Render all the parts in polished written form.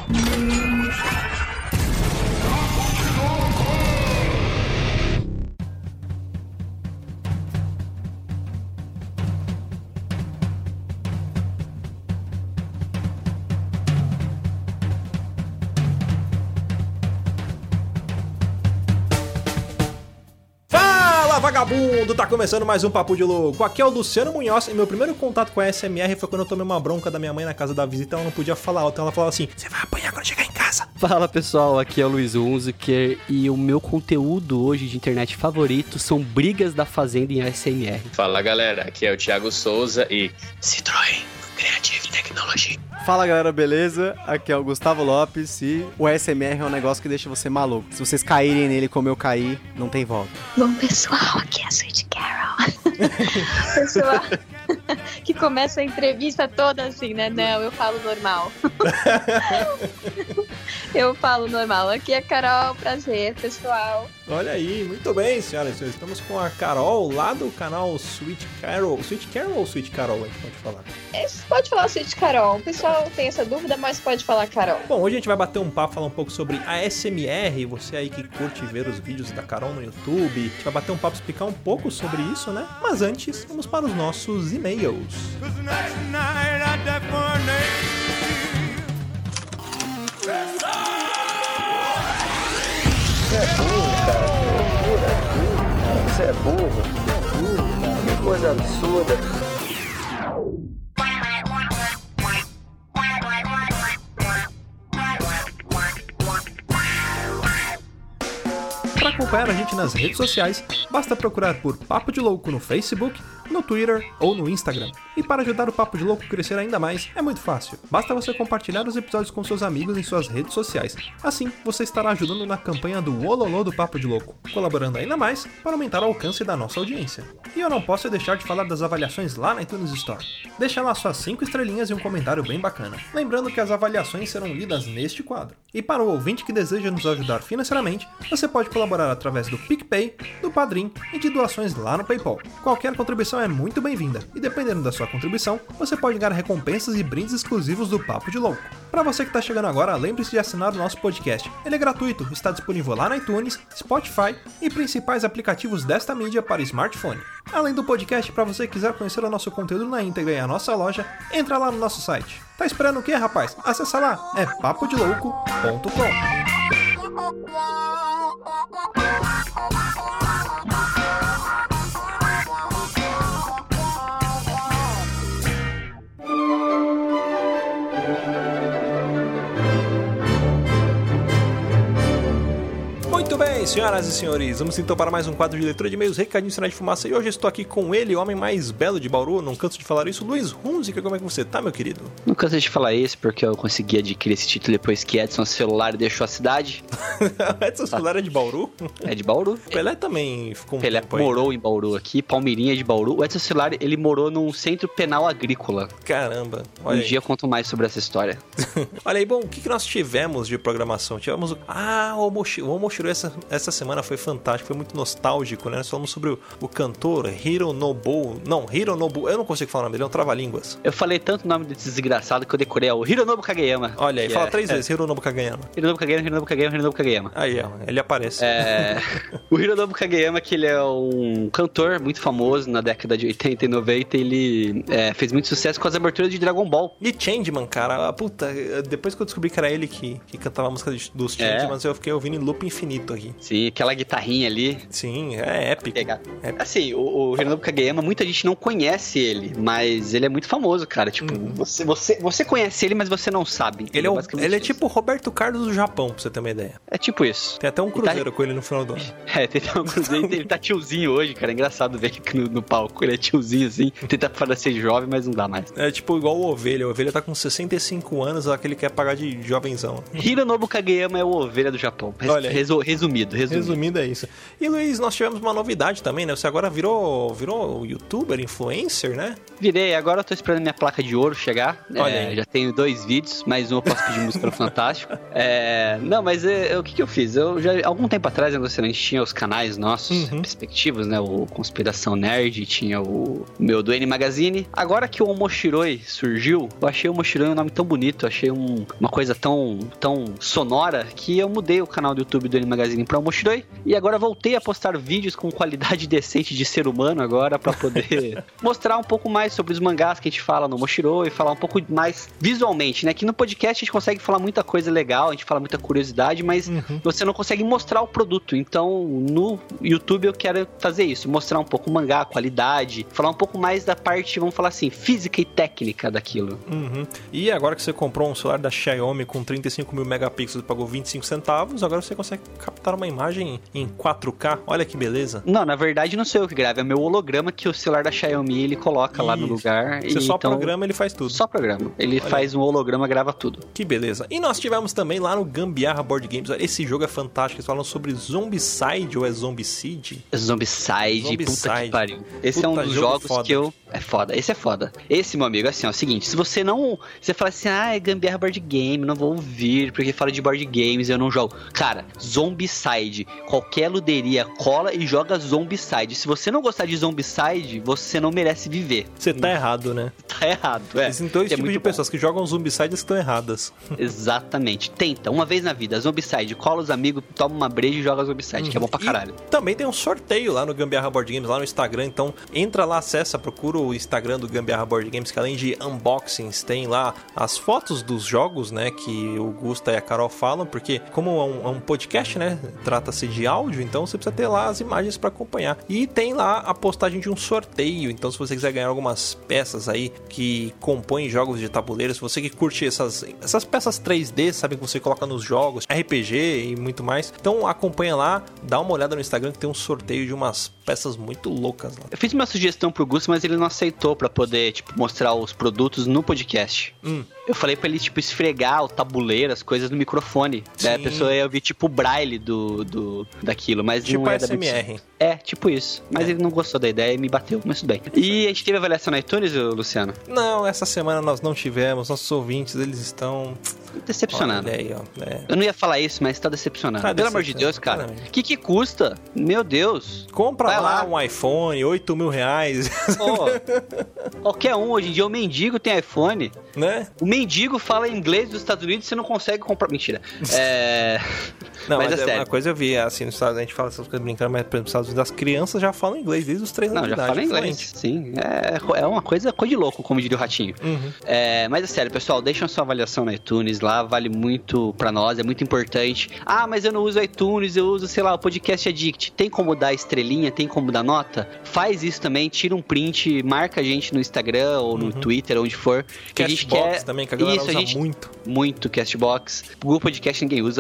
Vagabundo, tá começando mais um Papo de Louco. Aqui é o Luciano Munhoz e meu primeiro contato com a ASMR foi quando eu tomei uma bronca da minha mãe na casa da visita. Ela não podia falar alto, ela falava assim: você vai apanhar quando chegar em casa. Fala pessoal, aqui é o Luiz Hunziker e o meu conteúdo hoje de internet favorito são brigas da Fazenda em ASMR. Fala galera, aqui é o Thiago Souza e Citroën Creative Technology. Fala galera, beleza? Aqui é o Gustavo Lopes e o ASMR é um negócio que deixa você maluco. Se vocês caírem nele como eu caí, não tem volta. Bom pessoal, aqui é a Sweet Carol. Pessoal que começa a entrevista toda assim, né? Não, eu falo normal. Eu falo normal. Aqui é a Carol, prazer, pessoal. Olha aí, muito bem, senhoras e senhores. Estamos com a Carol lá do canal Sweet Carol. Sweet Carol ou Sweet Carol, a gente pode falar? Pode falar Sweet Carol. O pessoal tem essa dúvida, mas pode falar Carol. Bom, hoje a gente vai bater um papo, falar um pouco sobre a ASMR. Você aí que curte ver os vídeos da Carol no YouTube. A gente vai bater um papo, explicar um pouco sobre isso, né? Mas antes, vamos para os nossos e-mails. Você é burro, cara. Que coisa absurda. Para acompanhar a gente nas redes sociais, basta procurar por Papo de Louco no Facebook, no Twitter ou no Instagram. E para ajudar o Papo de Louco a crescer ainda mais, é muito fácil. Basta você compartilhar os episódios com seus amigos em suas redes sociais. Assim, você estará ajudando na campanha do Ololô do Papo de Louco, colaborando ainda mais para aumentar o alcance da nossa audiência. E eu não posso deixar de falar das avaliações lá na iTunes Store. Deixa lá suas 5 estrelinhas e um comentário bem bacana. Lembrando que as avaliações serão lidas neste quadro. E para o ouvinte que deseja nos ajudar financeiramente, você pode colaborar através do PicPay, do Padrim e de doações lá no PayPal. Qualquer contribuição é muito bem-vinda, e dependendo da sua contribuição, você pode ganhar recompensas e brindes exclusivos do Papo de Louco. Para você que está chegando agora, lembre-se de assinar o nosso podcast. Ele é gratuito, está disponível lá na iTunes, Spotify e principais aplicativos desta mídia para smartphone. Além do podcast, para você que quiser conhecer o nosso conteúdo na íntegra e a nossa loja, entra lá no nosso site. Tá esperando o quê, rapaz? Acessa lá, é papodelouco.com. Muito bem, senhoras e senhores, vamos então para mais um quadro de leitura de e-mails, recadinho, sinal de fumaça. E hoje eu estou aqui com ele, o homem mais belo de Bauru, não canso de falar isso, Luiz Hunziker. Como é que você tá, meu querido? Não canso de falar isso porque eu consegui adquirir esse título depois que Edson Celular deixou a cidade. Edson Celular é de Bauru? É de Bauru. Pelé também ficou um Pelé tempo aí. Morou em Bauru aqui, Palmeirinha de Bauru. O Edson Celular, ele morou num centro penal agrícola. Caramba, olha Um aí. dia eu conto mais sobre essa história. Olha aí, bom, o que nós tivemos de programação? Tivemos o Omoshiro essa semana foi fantástico, foi muito nostálgico, né? Nós falamos sobre o cantor Hironobu, eu não consigo falar o nome dele, é um trava-línguas. Eu falei tanto o nome desse desgraçado que eu decorei, é o Hironobu Kageyama. Olha aí, fala 3 vezes, Hironobu Kageyama. Hironobu Kageyama. Aí, ó, ele aparece. O Hironobu Kageyama, que ele é um cantor muito famoso na década de 80 e 90, ele fez muito sucesso com as aberturas de Dragon Ball. E Changeman, cara, puta, depois que eu descobri que era ele que cantava a música dos Changemans, eu fiquei ouvindo em loop infinito aqui. Sim, aquela guitarrinha ali. Sim, é épico. Assim, o Hironobu Kageyama, muita gente não conhece ele, mas ele é muito famoso, cara. Tipo, você conhece ele, mas você não sabe. Ele é tipo o Roberto Carlos do Japão, pra você ter uma ideia. É tipo isso. Tem até um cruzeiro com ele no final do ano. Tem até um cruzeiro. Ele tá tiozinho hoje, cara. É engraçado ver aqui no palco. Ele é tiozinho, assim. Tenta parecer jovem, mas não dá mais. É tipo igual o Ovelha. O Ovelha tá com 65 anos, lá que ele quer pagar de jovenzão. Hironobu Kageyama é o Ovelha do Japão. Olha aí. Resumindo Resumido. Resumindo, é isso. E, Luiz, nós tivemos uma novidade também, né? Você agora virou youtuber, influencer, né? Virei, agora eu tô esperando minha placa de ouro chegar. Olha aí. Já tenho 2 vídeos, mais um eu posso pedir música no Fantástico. Não, mas o que eu fiz? Eu já, algum tempo atrás, a gente tinha os canais nossos, respectivos, né? O Conspiração Nerd, tinha o meu do N Magazine. Agora que o Omoshiroi surgiu, eu achei o Omoshiroi um nome tão bonito, achei uma coisa tão sonora, que eu mudei o canal do YouTube do N Magazine pra Omoshiroi. E agora voltei a postar vídeos com qualidade decente de ser humano agora, pra poder mostrar um pouco mais sobre os mangás que a gente fala no Omoshiroi, falar um pouco mais visualmente, né? Que no podcast a gente consegue falar muita coisa legal, a gente fala muita curiosidade, mas você não consegue mostrar o produto. Então, no YouTube eu quero fazer isso, mostrar um pouco o mangá, a qualidade, falar um pouco mais da parte, vamos falar assim, física e técnica daquilo. E agora que você comprou um celular da Xiaomi com 35 mil megapixels e pagou 25 centavos, agora você consegue captar uma imagem em 4K. Olha que beleza. Não, na verdade não sou eu que gravo, é meu holograma que o celular da Xiaomi ele coloca lá no lugar. Você só programa, ele faz tudo. Só programa. Ele faz um holograma, grava tudo. Que beleza. E nós tivemos também lá no Gambiarra Board Games. Esse jogo é fantástico. Eles falam sobre Zombicide ou é Zombicide? Zombicide, puta que pariu. Esse é um dos jogos que eu... É foda, esse é foda. Esse, meu amigo, assim, ó, é o seguinte, se você não... Você fala assim, é Gambiarra Board Game, não vou ouvir, porque fala de board games, eu não jogo. Cara, Zombicide, qualquer luderia cola e joga Zombicide. Se você não gostar de Zombicide, você não merece viver. Você tá errado, né? Tá errado, Existem dois tipos de pessoas que jogam Zombicide e estão erradas. Exatamente. Tenta, uma vez na vida, Zombicide, cola os amigos, toma uma breja e joga Zombicide, que é bom pra caralho. E também tem um sorteio lá no Gambiarra Board Games, lá no Instagram, então entra lá, acessa, procura o Instagram do Gambiarra Board Games, que além de unboxings, tem lá as fotos dos jogos, né, que o Gusta e a Carol falam, porque como é um podcast, né, trata-se de áudio, então você precisa ter lá as imagens para acompanhar. E tem lá a postagem de um sorteio, então se você quiser ganhar algumas peças aí que compõem jogos de tabuleiro, se você que curte essas peças 3D, sabe, que você coloca nos jogos, RPG e muito mais, então acompanha lá, dá uma olhada no Instagram que tem um sorteio de umas peças muito loucas lá. Eu fiz uma sugestão pro Gusto, mas ele não aceitou pra poder, tipo, mostrar os produtos no podcast. Eu falei pra ele, tipo, esfregar o tabuleiro, as coisas no microfone. Daí a pessoa ia ouvir, tipo, o braille daquilo, mas tipo não é SMR. Tipo isso. Mas ele não gostou da ideia e me bateu, mas tudo bem. E a gente teve avaliação na iTunes, Luciano? Não, essa semana nós não tivemos. Nossos ouvintes, eles estão... decepcionado. Olha aí, ó. Eu não ia falar isso, mas tá decepcionado. Pelo amor de Deus, cara. O que custa? Meu Deus. Compra lá um iPhone, 8 mil reais. Qualquer um. Hoje em dia o mendigo tem iPhone. Né? O mendigo fala inglês dos Estados Unidos e você não consegue comprar. Mentira. Não, mas é sério. Uma coisa eu vi, assim, nos Estados Unidos, a gente fala essas coisas brincando, mas, por exemplo, nos Estados Unidos, as crianças já falam inglês desde os 3 anos de idade. Não, já falam inglês, sim. É uma coisa de louco, como diria o Ratinho. Mas é sério, pessoal, deixem a sua avaliação no iTunes lá, vale muito pra nós, é muito importante. Ah, mas eu não uso iTunes, eu uso, sei lá, o Podcast Addict. Tem como dar estrelinha, tem como dar nota? Faz isso também, tira um print, marca a gente no Instagram ou no Twitter, onde for. Que a gente quer... também, que a galera usa muito. Muito Castbox. Google Podcast ninguém usa.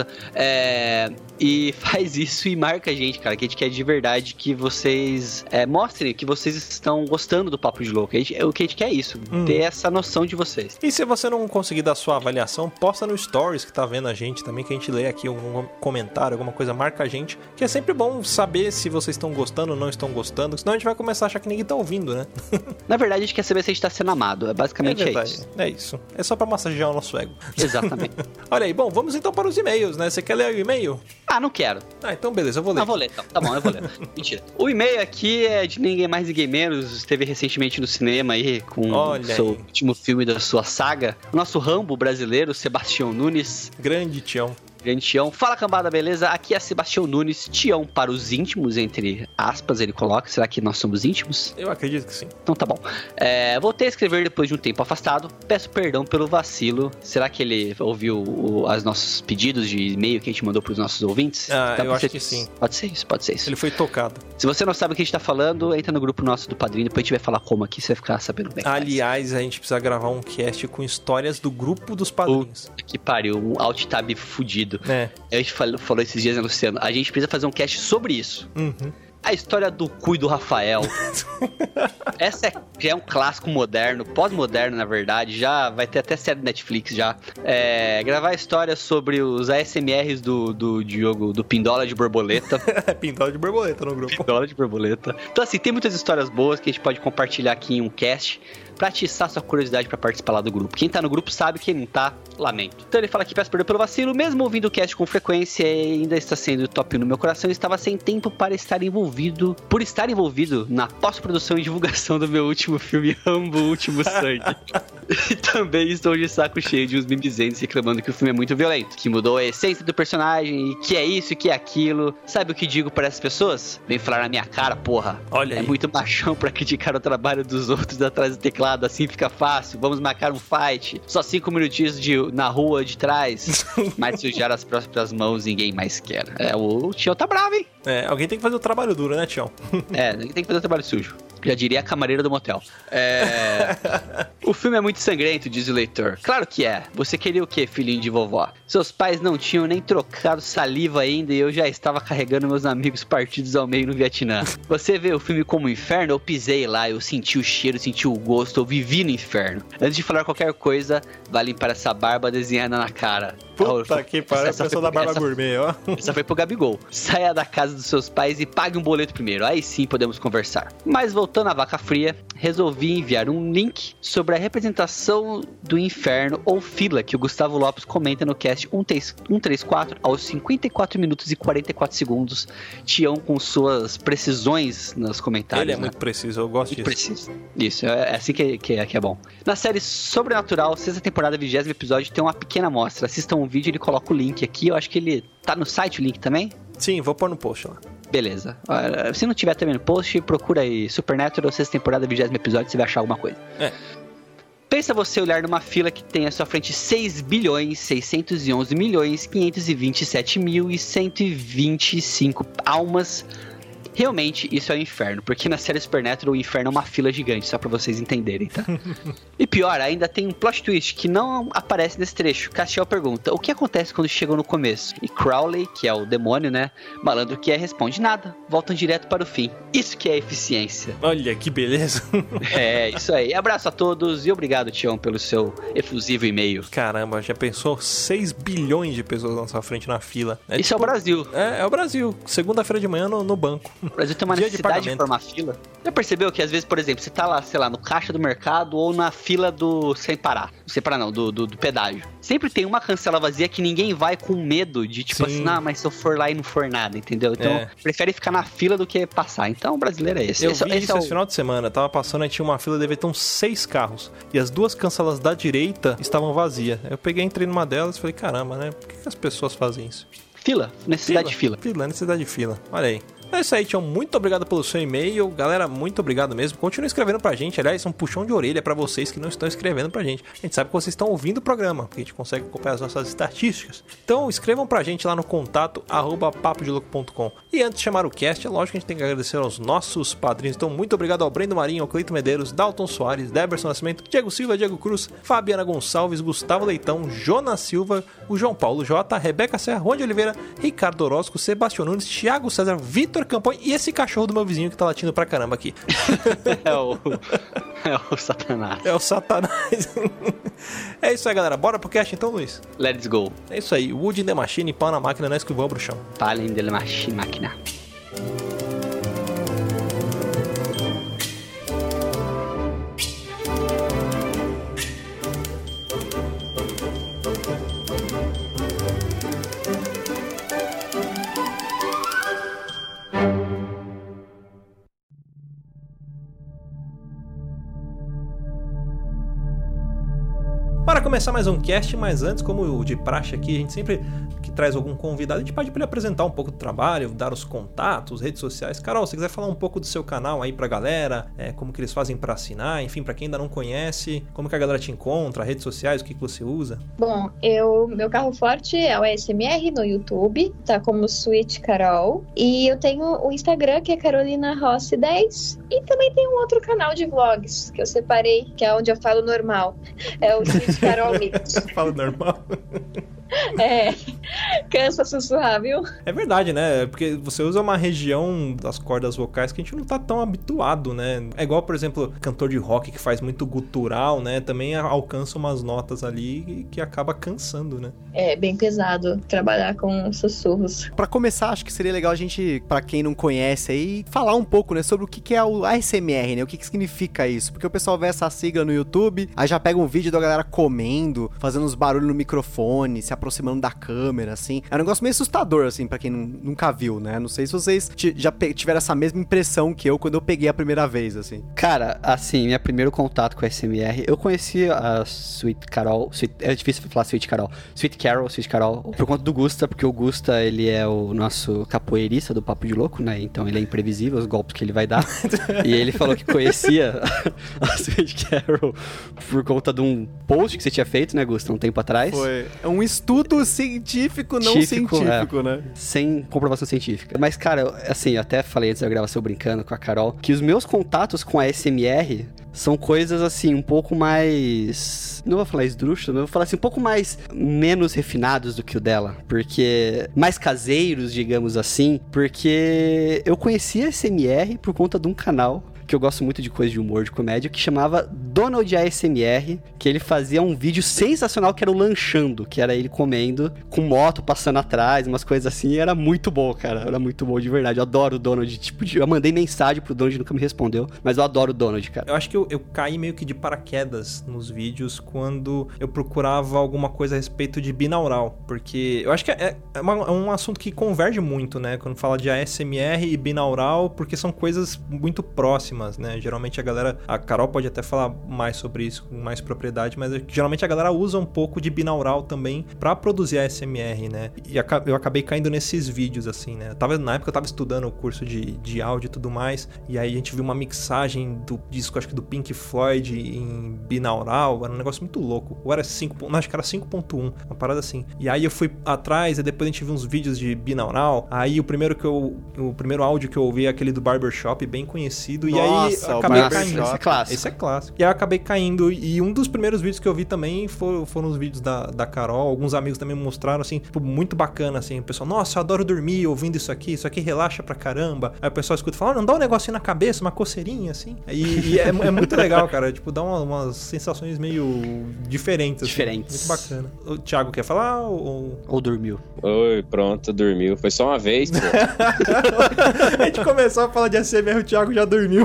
E faz isso e marca a gente, cara, que a gente quer de verdade que vocês mostrem que vocês estão gostando do Papo de Louco. O que a gente quer é isso, ter essa noção de vocês. E se você não conseguir dar sua avaliação, posta no Stories que tá vendo a gente também, que a gente lê aqui um comentário, alguma coisa, marca a gente, que é sempre bom saber se vocês estão gostando ou não estão gostando, senão a gente vai começar a achar que ninguém tá ouvindo, né? Na verdade, a gente quer saber se a gente tá sendo amado, basicamente isso. É isso. É só pra massagear o nosso ego. Exatamente. Olha aí, bom, vamos então para os e-mails, né? Você quer ler o e-mail? Ah, não quero. Ah, então beleza, eu vou ler. Vou ler então. Tá bom, eu vou ler. Mentira. O e-mail aqui é de ninguém mais, ninguém menos. Esteve recentemente no cinema aí com o seu último filme da sua saga. O nosso Rambo brasileiro, Sebastião Nunes. Grande Tião. Grande Tião. Fala, cambada, beleza? Aqui é Sebastião Nunes, Tião para os íntimos, entre aspas, ele coloca. Será que nós somos íntimos? Eu acredito que sim. Então tá bom. Voltei a escrever depois de um tempo afastado. Peço perdão pelo vacilo. Será que ele ouviu os nossos pedidos de e-mail que a gente mandou para os nossos ouvintes? Eu acho que sim. Pode ser isso. Ele foi tocado. Se você não sabe o que a gente tá falando, entra no grupo nosso do Padrinho, depois a gente vai falar como aqui, você vai ficar sabendo bem. Aliás, a gente precisa gravar um cast com histórias do grupo dos padrinhos. Que pariu, um alt-tab fudido. A gente falou esses dias, né, Luciano? A gente precisa fazer um cast sobre isso. A história do cu e do Rafael. Essa já é um clássico moderno, pós-moderno, na verdade. Já vai ter até série do Netflix já. Gravar a história sobre os ASMRs do Diogo, do Pindola de Borboleta. Pindola de borboleta no grupo. Pindola de Borboleta. Então, assim, tem muitas histórias boas que a gente pode compartilhar aqui em um cast pra atiçar sua curiosidade pra participar lá do grupo. Quem tá no grupo sabe, quem não tá, lamento. Então ele fala aqui, peço perdão pelo vacilo, mesmo ouvindo o cast com frequência, ainda está sendo top 1 no meu coração, estava sem tempo por estar envolvido na pós-produção e divulgação do meu último filme, Rambo, Último Sangue. E também estou de saco cheio de uns mimizentos reclamando que o filme é muito violento, que mudou a essência do personagem, e que é isso e que é aquilo. Sabe o que digo para essas pessoas? Vem falar na minha cara, porra. Olha aí. É muito machão pra criticar o trabalho dos outros atrás do teclado. Assim fica fácil, vamos marcar um fight. Só 5 minutinhos na rua de trás. Mas sujar as próprias mãos ninguém mais quer. O Tião tá bravo, hein? Alguém tem que fazer o trabalho duro, né, Tião? Ninguém tem que fazer o trabalho sujo. Já diria a camareira do motel. O filme é muito sangrento, diz o leitor. Claro que é. Você queria o quê, filhinho de vovó? Seus pais não tinham nem trocado saliva ainda e eu já estava carregando meus amigos partidos ao meio no Vietnã. Você vê o filme como um inferno? Eu pisei lá, eu senti o cheiro, senti o gosto, eu vivi no inferno. Antes de falar qualquer coisa, vai limpar essa barba desenhada na cara. Puta que pariu, a pessoa da barba gourmet, ó. Essa foi pro Gabigol. Saia da casa dos seus pais e pague um boleto primeiro. Aí sim podemos conversar. Mas voltando à vaca fria, resolvi enviar um link sobre a representação do inferno ou fila que o Gustavo Lopes comenta no cast 134 aos 54 minutos e 44 segundos. Tião com suas precisões nos comentários. Ele é muito preciso, eu gosto muito disso. Preciso. Isso, é assim que é bom. Na série Sobrenatural, 6ª temporada, 20º episódio, tem uma pequena amostra. Assistam o vídeo, ele coloca o link aqui. Eu acho que ele tá no site, o link também? Sim, vou pôr no post lá. Beleza. Se não tiver também no post, procura aí Supernatural, 6ª temporada, 20º episódio, você vai achar alguma coisa. Pensa você olhar numa fila que tem à sua frente 6.611.527.125 almas. Realmente, isso é o inferno, porque na série Supernatural o inferno é uma fila gigante, só pra vocês entenderem, tá? E pior, ainda tem um plot twist que não aparece nesse trecho. Castiel pergunta, o que acontece quando chegam no começo? E Crowley, que é o demônio, né? Malandro que responde, nada, voltam direto para o fim. Isso que é eficiência. Olha, que beleza. Isso aí. Abraço a todos e obrigado, Tião, pelo seu efusivo e-mail. Caramba, já pensou 6 bilhões de pessoas na sua frente na fila. Isso é o Brasil. É o Brasil. Segunda-feira de manhã no banco. O Brasil tem uma necessidade de formar fila. Já percebeu que às vezes, por exemplo, você tá lá, sei lá, no caixa do mercado ou na fila do sem parar não, do pedágio. Sempre tem uma cancela vazia que ninguém vai com medo de tipo assim, mas se eu for lá e não for nada, entendeu? Então, prefere ficar na fila do que passar. Então, o brasileiro é esse. Eu vi isso esse final de semana. Tava passando e tinha uma fila, devia ter uns 6 carros. E as 2 cancelas da direita estavam vazias. Eu peguei, entrei numa delas e falei, caramba, né? Por que as pessoas fazem isso? Fila. Necessidade de fila. Necessidade de fila. Olha aí. É isso aí, Tião. Muito obrigado pelo seu e-mail. Galera, muito obrigado mesmo. Continue escrevendo pra gente. Aliás, um puxão de orelha pra vocês que não estão escrevendo pra gente. A gente sabe que vocês estão ouvindo o programa, porque a gente consegue acompanhar as nossas estatísticas. Então, escrevam pra gente lá no contato @papodelouco.com. E antes de chamar o cast, é lógico que a gente tem que agradecer aos nossos padrinhos. Então, muito obrigado ao Brendo Marinho, ao Cleito Medeiros, Dalton Soares, Deberson Nascimento, Diego Silva, Diego Cruz, Fabiana Gonçalves, Gustavo Leitão, Jonas Silva, o João Paulo J, Rebeca Serra, Juan de Oliveira, Ricardo Orozco, Sebastião Nunes, Thiago César, Vitor Campanha e esse cachorro do meu vizinho que tá latindo pra caramba aqui. É o Satanás. É o Satanás. É isso aí, galera. Bora pro cast então, Luiz? Let's go. É isso aí. Wood in the Machine, pau na máquina, nós que vamos pro chão. Pau in the machine, máquina. Para começar mais um cast, mas antes, como o de praxe aqui, a gente sempre que traz algum convidado, a gente pede para ele apresentar um pouco do trabalho, dar os contatos, redes sociais. Carol, se quiser falar um pouco do seu canal aí pra galera, como que eles fazem para assinar, enfim, para quem ainda não conhece, como que a galera te encontra, redes sociais, o que você usa? Bom, meu carro forte é o ASMR no YouTube, tá como Sweet Carol, e eu tenho o Instagram, que é Carolina Rossi 10, e também tem um outro canal de vlogs, que eu separei, que é onde eu falo normal, é o Sweet Carol Mix. Fala normal? Cansa sussurrar, viu? É verdade, né? Porque você usa uma região das cordas vocais que a gente não tá tão habituado, né? É igual, por exemplo, cantor de rock que faz muito gutural, né? Também alcança umas notas ali que acaba cansando, né? É bem pesado trabalhar com sussurros. Pra começar, acho que seria legal a gente, pra quem não conhece aí, falar um pouco, né, sobre o que é o ASMR, né? O que significa isso? Porque o pessoal vê essa sigla no YouTube, aí já pega um vídeo da galera comendo, fazendo uns barulhos no microfone, se aproximando da câmera, assim. É um negócio meio assustador, assim, pra quem nunca viu, né? Não sei se vocês já tiveram essa mesma impressão que eu quando eu peguei a primeira vez, assim. Cara, assim, meu primeiro contato com a ASMR, eu conheci a Sweet Carol, é difícil falar Sweet Carol, Sweet Carol, por conta do Gusta, porque o Gusta, ele é o nosso capoeirista do Papo de Louco, né? Então ele é imprevisível, os golpes que ele vai dar. E ele falou que conhecia a Sweet Carol por conta de um post que você tinha feito, né, Gusta, um tempo atrás. Foi. É um estudo científico, não científico, né? Sem comprovação científica. Mas, cara, assim, eu até falei antes da gravação brincando com a Carol, que os meus contatos com a ASMR são coisas, assim, um pouco mais... Não vou falar esdrúxulo, mas vou falar assim, um pouco menos refinados do que o dela. Porque... mais caseiros, digamos assim. Porque eu conheci a ASMR por conta de um canal que eu gosto muito de coisa de humor, de comédia, que chamava Donald ASMR, que ele fazia um vídeo sensacional que era o lanchando, que era ele comendo, com moto passando atrás, umas coisas assim, e era muito bom, cara, era muito bom, de verdade, eu adoro o Donald, tipo, eu mandei mensagem pro Donald, nunca me respondeu, mas eu adoro o Donald, cara. Eu acho que eu caí meio que de paraquedas nos vídeos quando eu procurava alguma coisa a respeito de binaural, porque eu acho que é um assunto que converge muito, né, quando fala de ASMR e binaural, porque são coisas muito próximas, né? Geralmente a Carol pode até falar mais sobre isso com mais propriedade, mas geralmente a galera usa um pouco de binaural também pra produzir ASMR, né? E eu acabei caindo nesses vídeos, assim, né? Na época eu tava estudando o curso de áudio e tudo mais, e aí a gente viu uma mixagem do disco, acho que do Pink Floyd em binaural, era um negócio muito louco. Ou era 5, não, acho que era 5.1, uma parada assim. E aí eu fui atrás, e depois a gente viu uns vídeos de binaural, aí o primeiro áudio que eu ouvi é aquele do Barbershop, bem conhecido, e aí eu acabei caindo. Esse é clássico. Esse é clássico. E aí eu acabei caindo, e um dos primeiros vídeos que eu vi também foram os vídeos da Carol. Alguns amigos também me mostraram, assim, tipo, muito bacana, assim. O pessoal, nossa, eu adoro dormir ouvindo isso aqui relaxa pra caramba. Aí o pessoal escuta e fala, não dá um negocinho na cabeça, uma coceirinha, assim. E é muito legal, cara. Tipo, dá umas sensações meio diferentes. Assim. Muito bacana. O Thiago quer falar ou dormiu? Oi, pronto, dormiu. Foi só uma vez, pô. A gente começou a falar de ASMR, o Thiago já dormiu.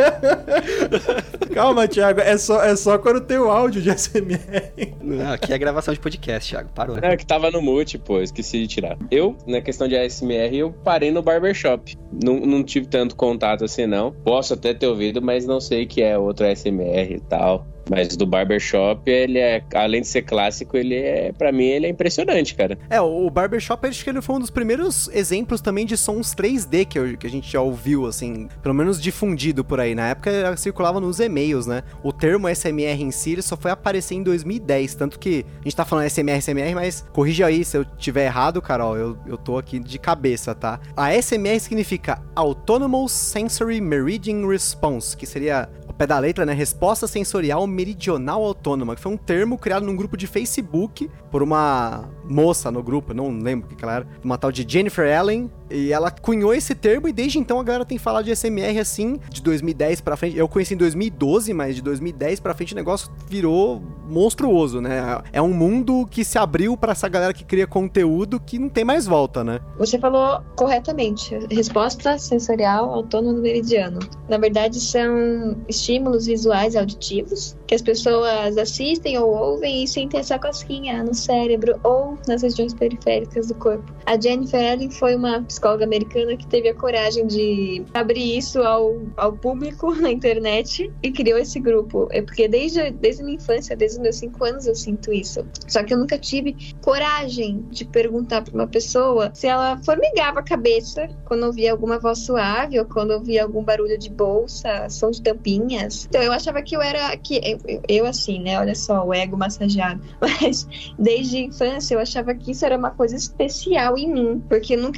Calma, Thiago, é só quando tem o áudio de ASMR. Não, aqui é gravação de podcast, Thiago, parou. É que tava no mute, pô, esqueci de tirar. Eu, na questão de ASMR, eu parei no barbershop. Não tive tanto contato assim, não. Posso até ter ouvido, mas não sei que é outro ASMR e tal. Mas do Barbershop, ele é, além de ser clássico, pra mim, ele é impressionante, cara. O Barbershop, acho que ele foi um dos primeiros exemplos também de sons 3D que a gente já ouviu, assim, pelo menos difundido por aí. Na época, circulava nos e-mails, né? O termo SMR em si, ele só foi aparecer em 2010, tanto que a gente tá falando SMR, mas corrija aí se eu tiver errado, Carol, eu tô aqui de cabeça, tá? A SMR significa Autonomous Sensory Meridian Response, que seria... pé da letra, né? Resposta Sensorial Meridional Autônoma, que foi um termo criado num grupo de Facebook por uma moça no grupo, não lembro o que ela era, uma tal de Jennifer Allen, e ela cunhou esse termo e desde então a galera tem falado de ASMR assim, de 2010 pra frente. Eu conheci em 2012, mas de 2010 pra frente o negócio virou monstruoso, né? É um mundo que se abriu pra essa galera que cria conteúdo que não tem mais volta, né? Você falou corretamente. Resposta sensorial autônoma meridiano. Na verdade, são estímulos visuais e auditivos que as pessoas assistem ou ouvem e sentem essa cosquinha no cérebro ou nas regiões periféricas do corpo. A Jennifer Allen foi uma psicóloga americana que teve a coragem de abrir isso ao público na internet e criou esse grupo. É porque desde a minha infância, desde os meus 5 anos, eu sinto isso. Só que eu nunca tive coragem de perguntar pra uma pessoa se ela formigava a cabeça quando ouvia alguma voz suave ou quando ouvia algum barulho de bolsa, som de tampinhas. Então eu achava que eu assim, né? Olha só, o ego massageado. Mas desde a infância eu achava que isso era uma coisa especial em mim, porque nunca ninguém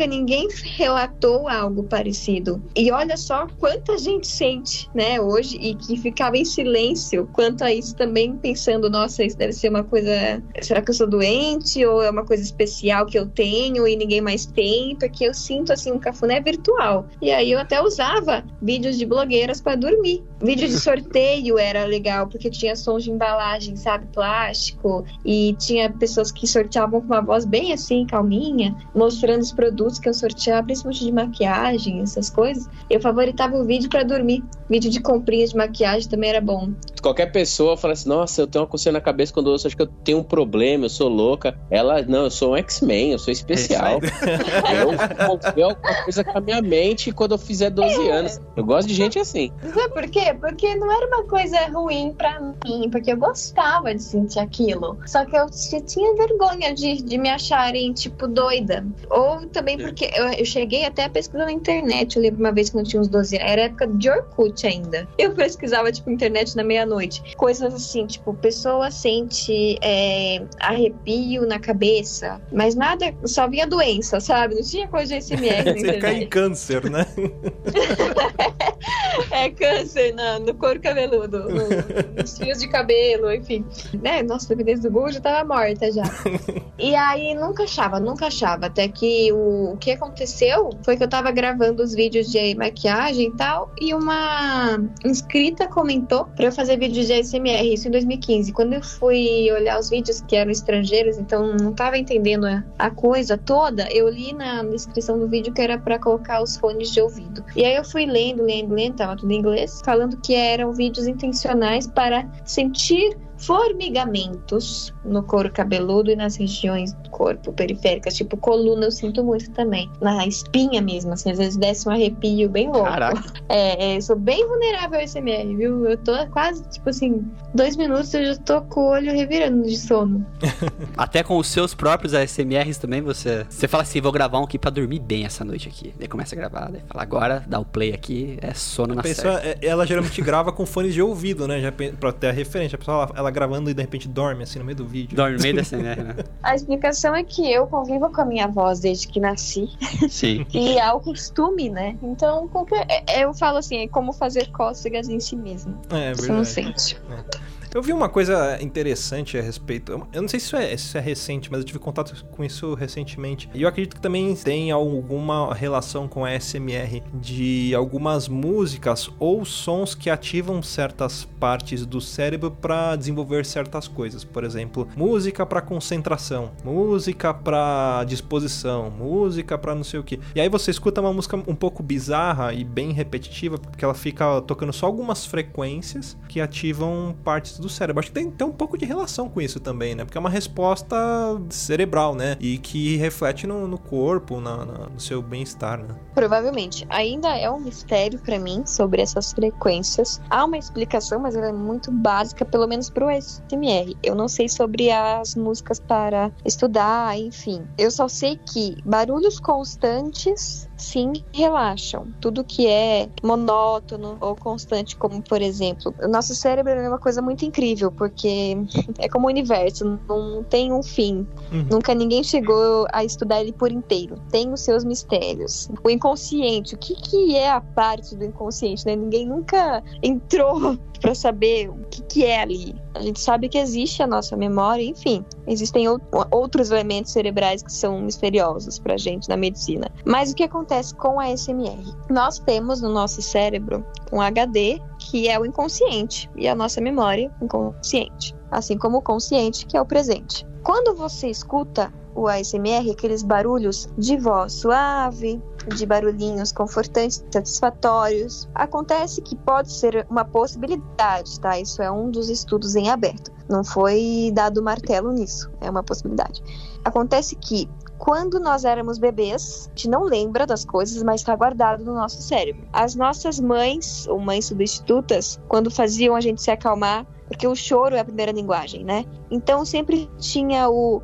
relatou algo parecido. E olha só quanta gente sente, né, hoje, e que ficava em silêncio quanto a isso também, pensando, nossa, isso deve ser uma coisa, será que eu sou doente? Ou é uma coisa especial que eu tenho e ninguém mais tem? Porque eu sinto, assim, um cafuné virtual. E aí eu até usava vídeos de blogueiras para dormir. Vídeo de sorteio era legal, porque tinha sons de embalagem, sabe, plástico, e tinha pessoas que sorteavam com uma voz bem assim, calminha, mostrando os produtos que eu sorteava, principalmente de maquiagem, essas coisas. Eu favoritava o vídeo para dormir. Vídeo de comprinhas de maquiagem também era bom. Qualquer pessoa fala assim, nossa, eu tenho uma coceira na cabeça quando eu ouço, acho que eu tenho um problema, eu sou louca. Ela, não, eu sou um X-Men, eu sou especial. Eu vou ver alguma coisa com a minha mente quando eu fizer 12 anos. Eu gosto de gente assim. Sabe por quê? Porque não era uma coisa ruim pra mim, porque eu gostava de sentir aquilo. Só que eu tinha vergonha de me acharem, tipo, doida. Ou também porque eu cheguei até a pesquisar na internet. Eu lembro uma vez que eu tinha uns 12 anos, era época de Orkut ainda. Eu pesquisava, tipo, internet na meia-noite. Coisas assim, tipo, pessoa sente arrepio na cabeça, mas nada, só vinha doença, sabe? Não tinha coisa de SMR na Você cai em câncer, né? Câncer no couro cabeludo, nos fios de cabelo, enfim. Né? Nossa, a dependência do Google já tava morta já. E aí nunca achava. Até que o que aconteceu foi que eu tava gravando os vídeos de maquiagem e tal, e uma inscrita comentou pra eu fazer vídeos de ASMR, isso em 2015. Quando eu fui olhar os vídeos que eram estrangeiros, então não tava entendendo a coisa toda, eu li na descrição do vídeo que era pra colocar os fones de ouvido. E aí eu fui lendo, tava tudo em inglês, falando que eram vídeos intencionais para sentir formigamentos no couro cabeludo e nas regiões do corpo periféricas, tipo coluna, eu sinto muito também. Na espinha mesmo, assim, às vezes desce um arrepio bem louco. Caraca. Eu sou bem vulnerável ao SMR, viu? Eu tô quase, tipo assim, 2 minutos eu já tô com o olho revirando de sono. Até com os seus próprios ASMRs também, você fala assim, vou gravar um aqui pra dormir bem essa noite aqui. Daí começa a gravar, daí fala, agora dá o play aqui, é sono na pessoa, ela geralmente grava com fones de ouvido, né? Já pra ter a referência. A pessoa, ela gravando e de repente dorme, assim, no meio do vídeo. Dorme no meio da SMR, né? A explicação é que eu convivo com a minha voz desde que nasci. Sim. E é o costume, né? Então, eu falo assim, é como fazer cócegas em si mesmo. É verdade. Você não sente. Eu vi uma coisa interessante a respeito. Eu não sei se isso é recente, mas eu tive contato com isso recentemente. E eu acredito que também tem alguma relação com a ASMR de algumas músicas ou sons que ativam certas partes do cérebro para desenvolver certas coisas. Por exemplo, música para concentração, música para disposição, música para não sei o que. E aí você escuta uma música um pouco bizarra e bem repetitiva, porque ela fica tocando só algumas frequências que ativam partes do cérebro. Acho que tem um pouco de relação com isso também, né? Porque é uma resposta cerebral, né? E que reflete no corpo, no seu bem-estar, né? Provavelmente. Ainda é um mistério pra mim sobre essas frequências. Há uma explicação, mas ela é muito básica, pelo menos pro ASMR. Eu não sei sobre as músicas para estudar, enfim. Eu só sei que barulhos constantes sim relaxam. Tudo que é monótono ou constante, como por exemplo, o nosso cérebro é uma coisa muito incrível, porque é como o universo, não tem um fim. Nunca ninguém chegou a estudar ele por inteiro. Tem os seus mistérios. O inconsciente, o que é a parte do inconsciente, né? Ninguém nunca entrou pra saber o que é ali. A gente sabe que existe a nossa memória, enfim. Existem outros elementos cerebrais que são misteriosos pra gente na medicina. Mas o que acontece com a ASMR? Nós temos no nosso cérebro um HD, que é o inconsciente, e a nossa memória, inconsciente. Assim como o consciente, que é o presente. Quando você escuta o ASMR, aqueles barulhos de voz suave, de barulhinhos confortantes, satisfatórios, acontece que pode ser uma possibilidade, tá? Isso é um dos estudos em aberto. Não foi dado martelo nisso, é uma possibilidade. Acontece que quando nós éramos bebês, a gente não lembra das coisas, mas está guardado no nosso cérebro. As nossas mães, ou mães substitutas, quando faziam a gente se acalmar, porque o choro é a primeira linguagem, né? Então sempre tinha o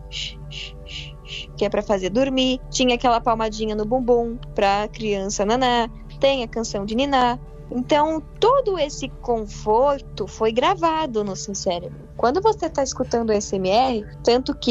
que é para fazer dormir, tinha aquela palmadinha no bumbum para criança naná, tem a canção de niná. Então, todo esse conforto foi gravado no seu cérebro. Quando você está escutando o ASMR, tanto que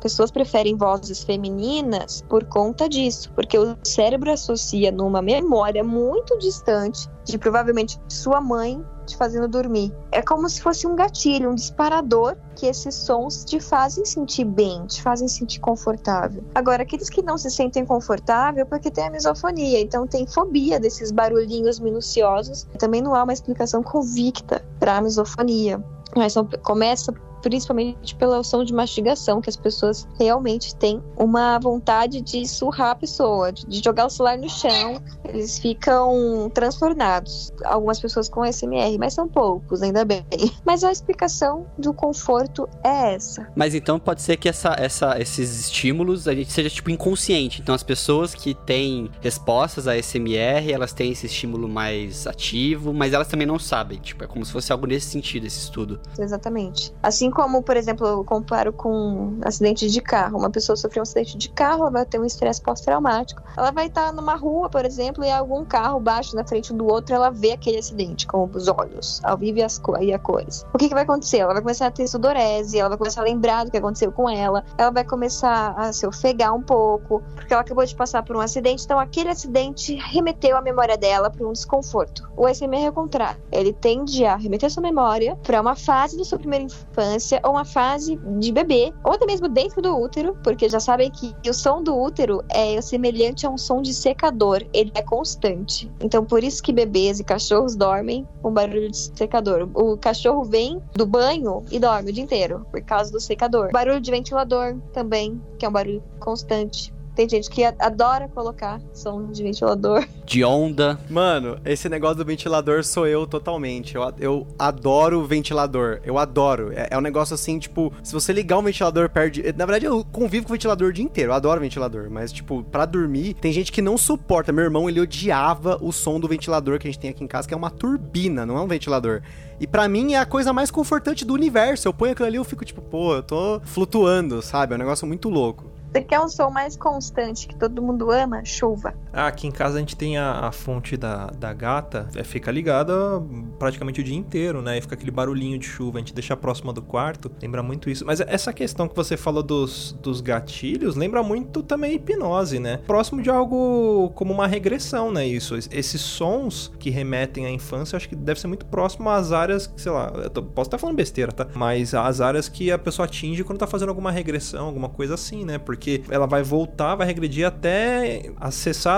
pessoas preferem vozes femininas por conta disso, porque o cérebro associa numa memória muito distante de provavelmente sua mãe te fazendo dormir. É como se fosse um gatilho, um disparador, que esses sons te fazem sentir bem, te fazem sentir confortável. Agora, aqueles que não se sentem confortável é porque tem a misofonia, então tem fobia desses barulhinhos minuciosos. Também não há uma explicação convicta para a misofonia. Mas começa principalmente pelo som de mastigação, que as pessoas realmente têm uma vontade de surrar a pessoa, de jogar o celular no chão. Eles ficam transtornados. Algumas pessoas com SMR, mas são poucos, ainda bem. Mas a explicação do conforto é essa. Mas então pode ser que esses estímulos a gente seja tipo inconsciente. Então as pessoas que têm respostas a SMR, elas têm esse estímulo mais ativo, mas elas também não sabem. Tipo, é como se fosse algo nesse sentido, esse estudo. Exatamente. Assim como, por exemplo, eu comparo com acidente de carro. Uma pessoa sofreu um acidente de carro, ela vai ter um estresse pós-traumático. Ela vai estar numa rua, por exemplo, e algum carro bate na frente do outro, ela vê aquele acidente com os olhos, ao vivo e a cores. O que vai acontecer? Ela vai começar a ter sudorese, ela vai começar a lembrar do que aconteceu com ela vai começar a se ofegar um pouco, porque ela acabou de passar por um acidente, então aquele acidente remeteu a memória dela para um desconforto. O SMR é o contrário. Ele tende a remeter sua memória para uma fase da sua primeira infância, ou uma fase de bebê, ou até mesmo dentro do útero, porque já sabem que o som do útero é semelhante a um som de secador, ele é constante. Então por isso que bebês e cachorros dormem com barulho de secador. O cachorro vem do banho e dorme o dia inteiro, por causa do secador. Barulho de ventilador também, que é um barulho constante. Tem gente que adora colocar som de ventilador. De onda. Mano, esse negócio do ventilador sou eu totalmente. Eu adoro ventilador. Eu adoro. É um negócio assim, tipo, se você ligar um ventilador perto de... Na verdade, eu convivo com o ventilador o dia inteiro. Eu adoro ventilador. Mas, tipo, pra dormir, tem gente que não suporta. Meu irmão, ele odiava o som do ventilador que a gente tem aqui em casa, que é uma turbina, não é um ventilador. E pra mim é a coisa mais confortante do universo. Eu ponho aquilo ali e eu fico tipo, pô, eu tô flutuando, sabe? É um negócio muito louco. Você quer um som mais constante, que todo mundo ama? Chuva. Aqui em casa a gente tem a fonte da gata, fica ligada praticamente o dia inteiro, né? E fica aquele barulhinho de chuva, a gente deixa próxima do quarto, lembra muito isso. Mas essa questão que você falou dos gatilhos, lembra muito também hipnose, né? Próximo de algo como uma regressão, né? Isso, esses sons que remetem à infância, acho que deve ser muito próximo às áreas, sei lá, posso estar falando besteira, tá? Mas às áreas que a pessoa atinge quando tá fazendo alguma regressão, alguma coisa assim, né? Porque ela vai voltar, vai regredir até acessar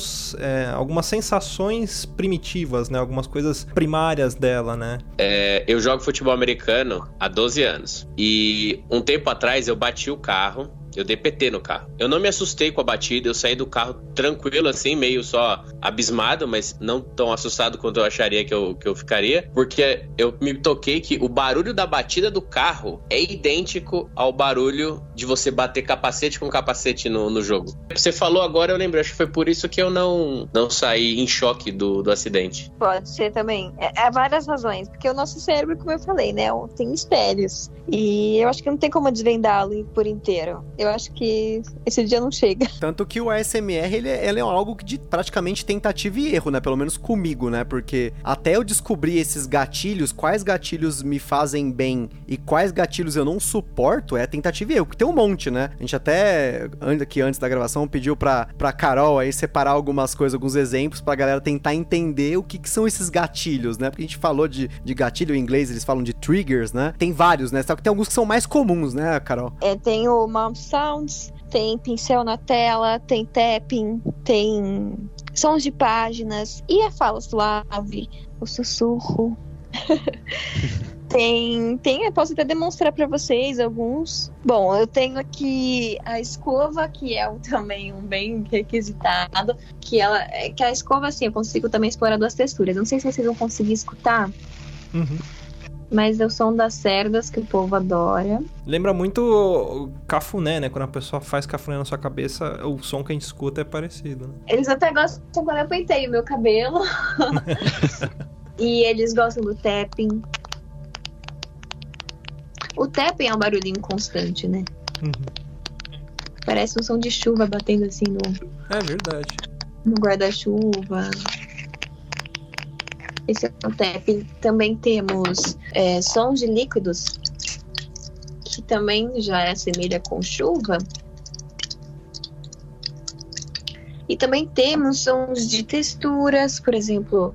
algumas sensações primitivas, né? Algumas coisas primárias dela, né? Eu jogo futebol americano há 12 anos. E um tempo atrás eu bati o carro. Eu dei PT no carro. Eu não me assustei com a batida, eu saí do carro tranquilo, assim, meio só abismado, mas não tão assustado quanto eu acharia que eu ficaria, porque eu me toquei que o barulho da batida do carro é idêntico ao barulho de você bater capacete com capacete no jogo. Você falou agora, eu lembrei, acho que foi por isso que eu não saí em choque do acidente. Pode ser também. Há várias razões, porque o nosso cérebro, como eu falei, né, tem mistérios. E eu acho que não tem como desvendá-lo por inteiro. Eu acho que esse dia não chega. Tanto que o ASMR, ele é algo de praticamente tentativa e erro, né? Pelo menos comigo, né? Porque até eu descobrir esses gatilhos, quais gatilhos me fazem bem e quais gatilhos eu não suporto, é tentativa e erro. Porque tem um monte, né? A gente até, antes da gravação, pediu pra Carol aí separar algumas coisas, alguns exemplos pra galera tentar entender o que são esses gatilhos, né? Porque a gente falou de gatilho em inglês, eles falam de triggers, né? Tem vários, né? Só que tem alguns que são mais comuns, né, Carol? Tem o Mouth Sounds, tem pincel na tela, tem tapping, tem sons de páginas e a fala suave, o sussurro. Eu posso até demonstrar para vocês alguns. Bom, eu tenho aqui a escova, que é também um bem requisitado, que a escova, assim, eu consigo também explorar duas texturas. Não sei se vocês vão conseguir escutar. Uhum. Mas é o som das cerdas, que o povo adora. Lembra muito cafuné, né? Quando a pessoa faz cafuné na sua cabeça, o som que a gente escuta é parecido, né? Eles até gostam quando eu penteio o meu cabelo. E eles gostam do tapping. O tapping é um barulhinho constante, né? Uhum. Parece um som de chuva batendo assim É verdade. no guarda-chuva. Esse é o tapping. Também temos sons de líquidos, que também já assemelha com chuva. E também temos sons de texturas, por exemplo,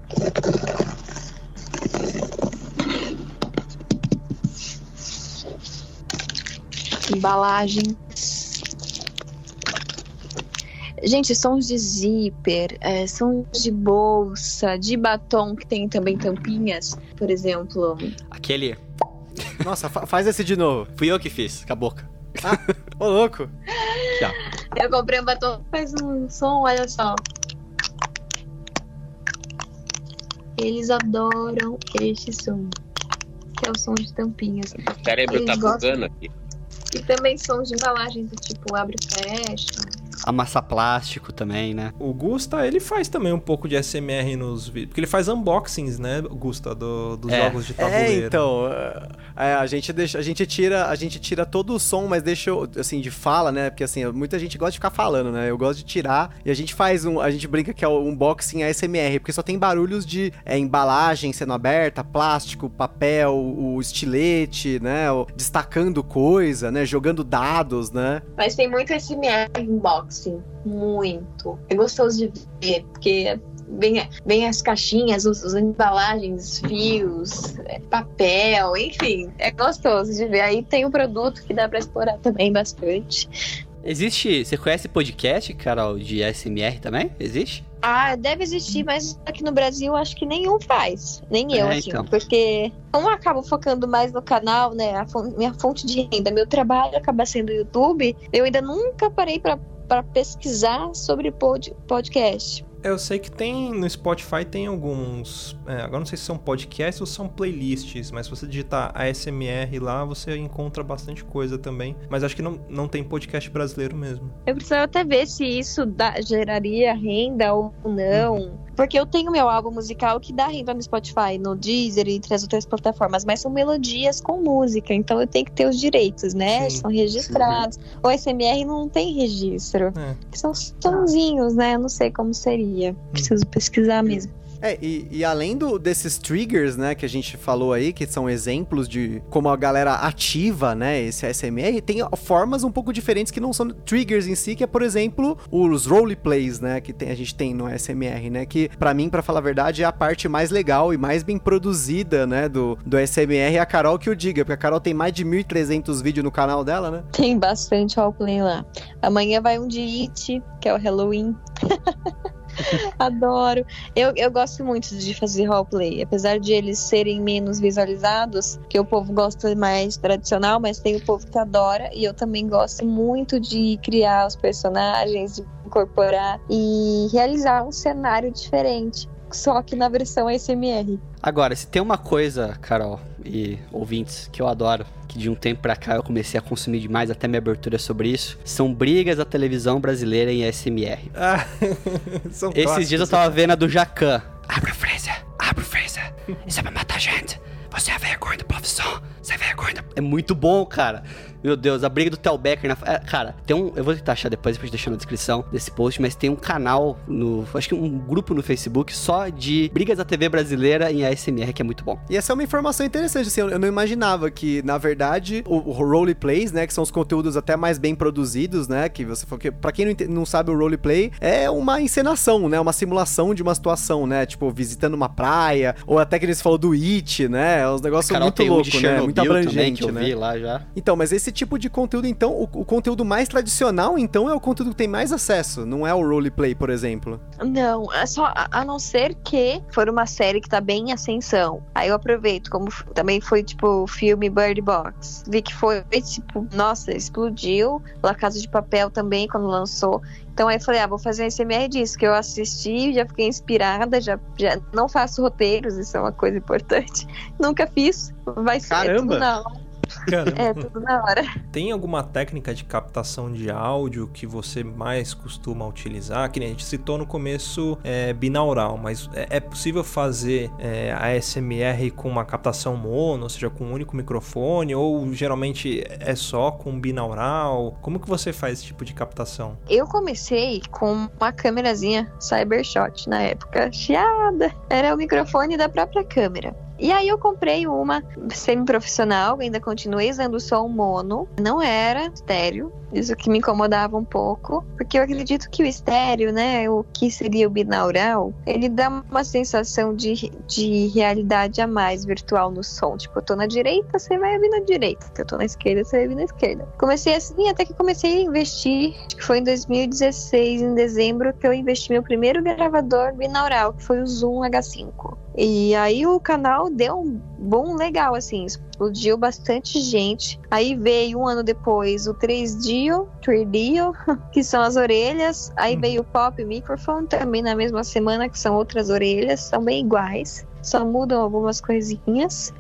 embalagens. Gente, sons de zíper, sons de bolsa, de batom, que tem também tampinhas, por exemplo. Aquele... Nossa, faz esse de novo. Fui eu que fiz, com a boca. Ah, ô louco. Tchau. Eu comprei um batom que faz um som, olha só. Eles adoram este som, que é o som de tampinhas. O cérebro Eles tá gostam. bugando aqui. E também sons de embalagem do tipo abre e fecha. Amassar plástico também, né? O Gusta, ele faz também um pouco de SMR nos vídeos. Porque ele faz unboxings, né, Gusta, dos jogos de tabuleiro. Então, a gente tira todo o som, mas deixa, assim, de fala, né? Porque, assim, muita gente gosta de ficar falando, né? Eu gosto de tirar e a gente brinca que é o unboxing ASMR, porque só tem barulhos de embalagem sendo aberta, plástico, papel, o estilete, né? Destacando coisa, né? Jogando dados, né? Mas tem muito SMR unboxing, muito. É gostoso de ver, porque vem as caixinhas, as embalagens, fios, papel, enfim, é gostoso de ver. Aí tem um produto que dá pra explorar também bastante. Você conhece podcast, Carol, de ASMR também? Existe? Ah, deve existir, mas aqui no Brasil acho que nenhum faz. Nem eu, assim. Então. Porque como eu acabo focando mais no canal, né? Minha fonte de renda, meu trabalho acaba sendo o YouTube, eu ainda nunca parei pra pesquisar sobre podcast. Eu sei que tem no Spotify, tem alguns... agora não sei se são podcasts ou são playlists, mas se você digitar ASMR lá, você encontra bastante coisa também. Mas acho que não tem podcast brasileiro mesmo. Eu precisava até ver se isso geraria renda ou não. Porque eu tenho meu álbum musical que dá renda no Spotify, no Deezer e entre as outras plataformas, mas são melodias com música, então eu tenho que ter os direitos, né? Sim. São registrados. O ASMR não tem registro. São sonzinhos, né? Eu não sei como seria. Preciso pesquisar mesmo. E além desses triggers, né, que a gente falou aí, que são exemplos de como a galera ativa, né, esse ASMR, tem formas um pouco diferentes que não são triggers em si, que é, por exemplo, os roleplays, né, que a gente tem no ASMR, né, que pra mim, pra falar a verdade, é a parte mais legal e mais bem produzida, né, do ASMR, é a Carol que o diga, porque a Carol tem mais de 1.300 vídeos no canal dela, né? Tem bastante roleplay lá. Amanhã vai um de It, que é o Halloween. Adoro. Eu gosto muito de fazer roleplay, apesar de eles serem menos visualizados, que o povo gosta mais tradicional, mas tem o povo que adora, e eu também gosto muito de criar os personagens, de incorporar e realizar um cenário diferente, só que na versão ASMR. Agora, se tem uma coisa, Carol e ouvintes, que eu adoro, que de um tempo pra cá eu comecei a consumir demais, até minha abertura sobre isso, são brigas da televisão brasileira em ASMR. São Esses dias eu tava vendo a do Jacan. Abre o freezer, isso é pra matar gente. Você é vergonha da profissão, você é vergonha. É muito bom, cara. Meu Deus, a briga do Tel Becker cara, tem eu vou tentar achar depois deixar na descrição desse post, mas tem um canal acho que um grupo no Facebook só de brigas da TV brasileira em ASMR, que é muito bom. E essa é uma informação interessante, assim, eu não imaginava que, na verdade, o roleplays, né, que são os conteúdos até mais bem produzidos, né, que você falou que, pra quem não sabe, o roleplay é uma encenação, né, uma simulação de uma situação, né, tipo, visitando uma praia, ou até que eles falou do It, né, é uns negócios muito loucos, né, muito abrangente, que eu né. vi lá já. Então, mas esse tipo de conteúdo, então, o conteúdo mais tradicional, então, é o conteúdo que tem mais acesso, não é o roleplay, por exemplo. Não, é só a não ser que for uma série que tá bem em ascensão. Aí eu aproveito, como também foi, tipo, o filme Bird Box. Vi que foi, tipo, nossa, explodiu. La Casa de Papel também, quando lançou. Então aí eu falei, vou fazer um ASMR disso, que eu assisti, já fiquei inspirada, já não faço roteiros, isso é uma coisa importante. Nunca fiz, vai ser tudo na hora. Caramba. É, tudo na hora. Tem alguma técnica de captação de áudio que você mais costuma utilizar? Que nem a gente citou no começo, binaural, mas é possível fazer ASMR com uma captação mono, ou seja, com um único microfone, ou geralmente é só com binaural? Como que você faz esse tipo de captação? Eu comecei com uma câmerazinha Cybershot na época, chiada. Era o microfone da própria câmera. E aí eu comprei uma semi-profissional, ainda continuei usando o som mono, não era estéreo. Isso que me incomodava um pouco, porque eu acredito que o estéreo, né, o que seria o binaural, ele dá uma sensação de realidade a mais virtual no som. Tipo, eu tô na direita, você vai ouvir na direita. Eu tô na esquerda, você vai ouvir na esquerda. Comecei assim, até que comecei a investir. Acho que foi em 2016, em dezembro, que eu investi meu primeiro gravador binaural, que foi o Zoom H5. E aí o canal deu um boom legal, assim, explodiu bastante gente. Aí veio um ano depois o 3Dio, que são as orelhas. Aí veio o Pop Microphone, também na mesma semana, que são outras orelhas, são bem iguais, só mudam algumas coisinhas.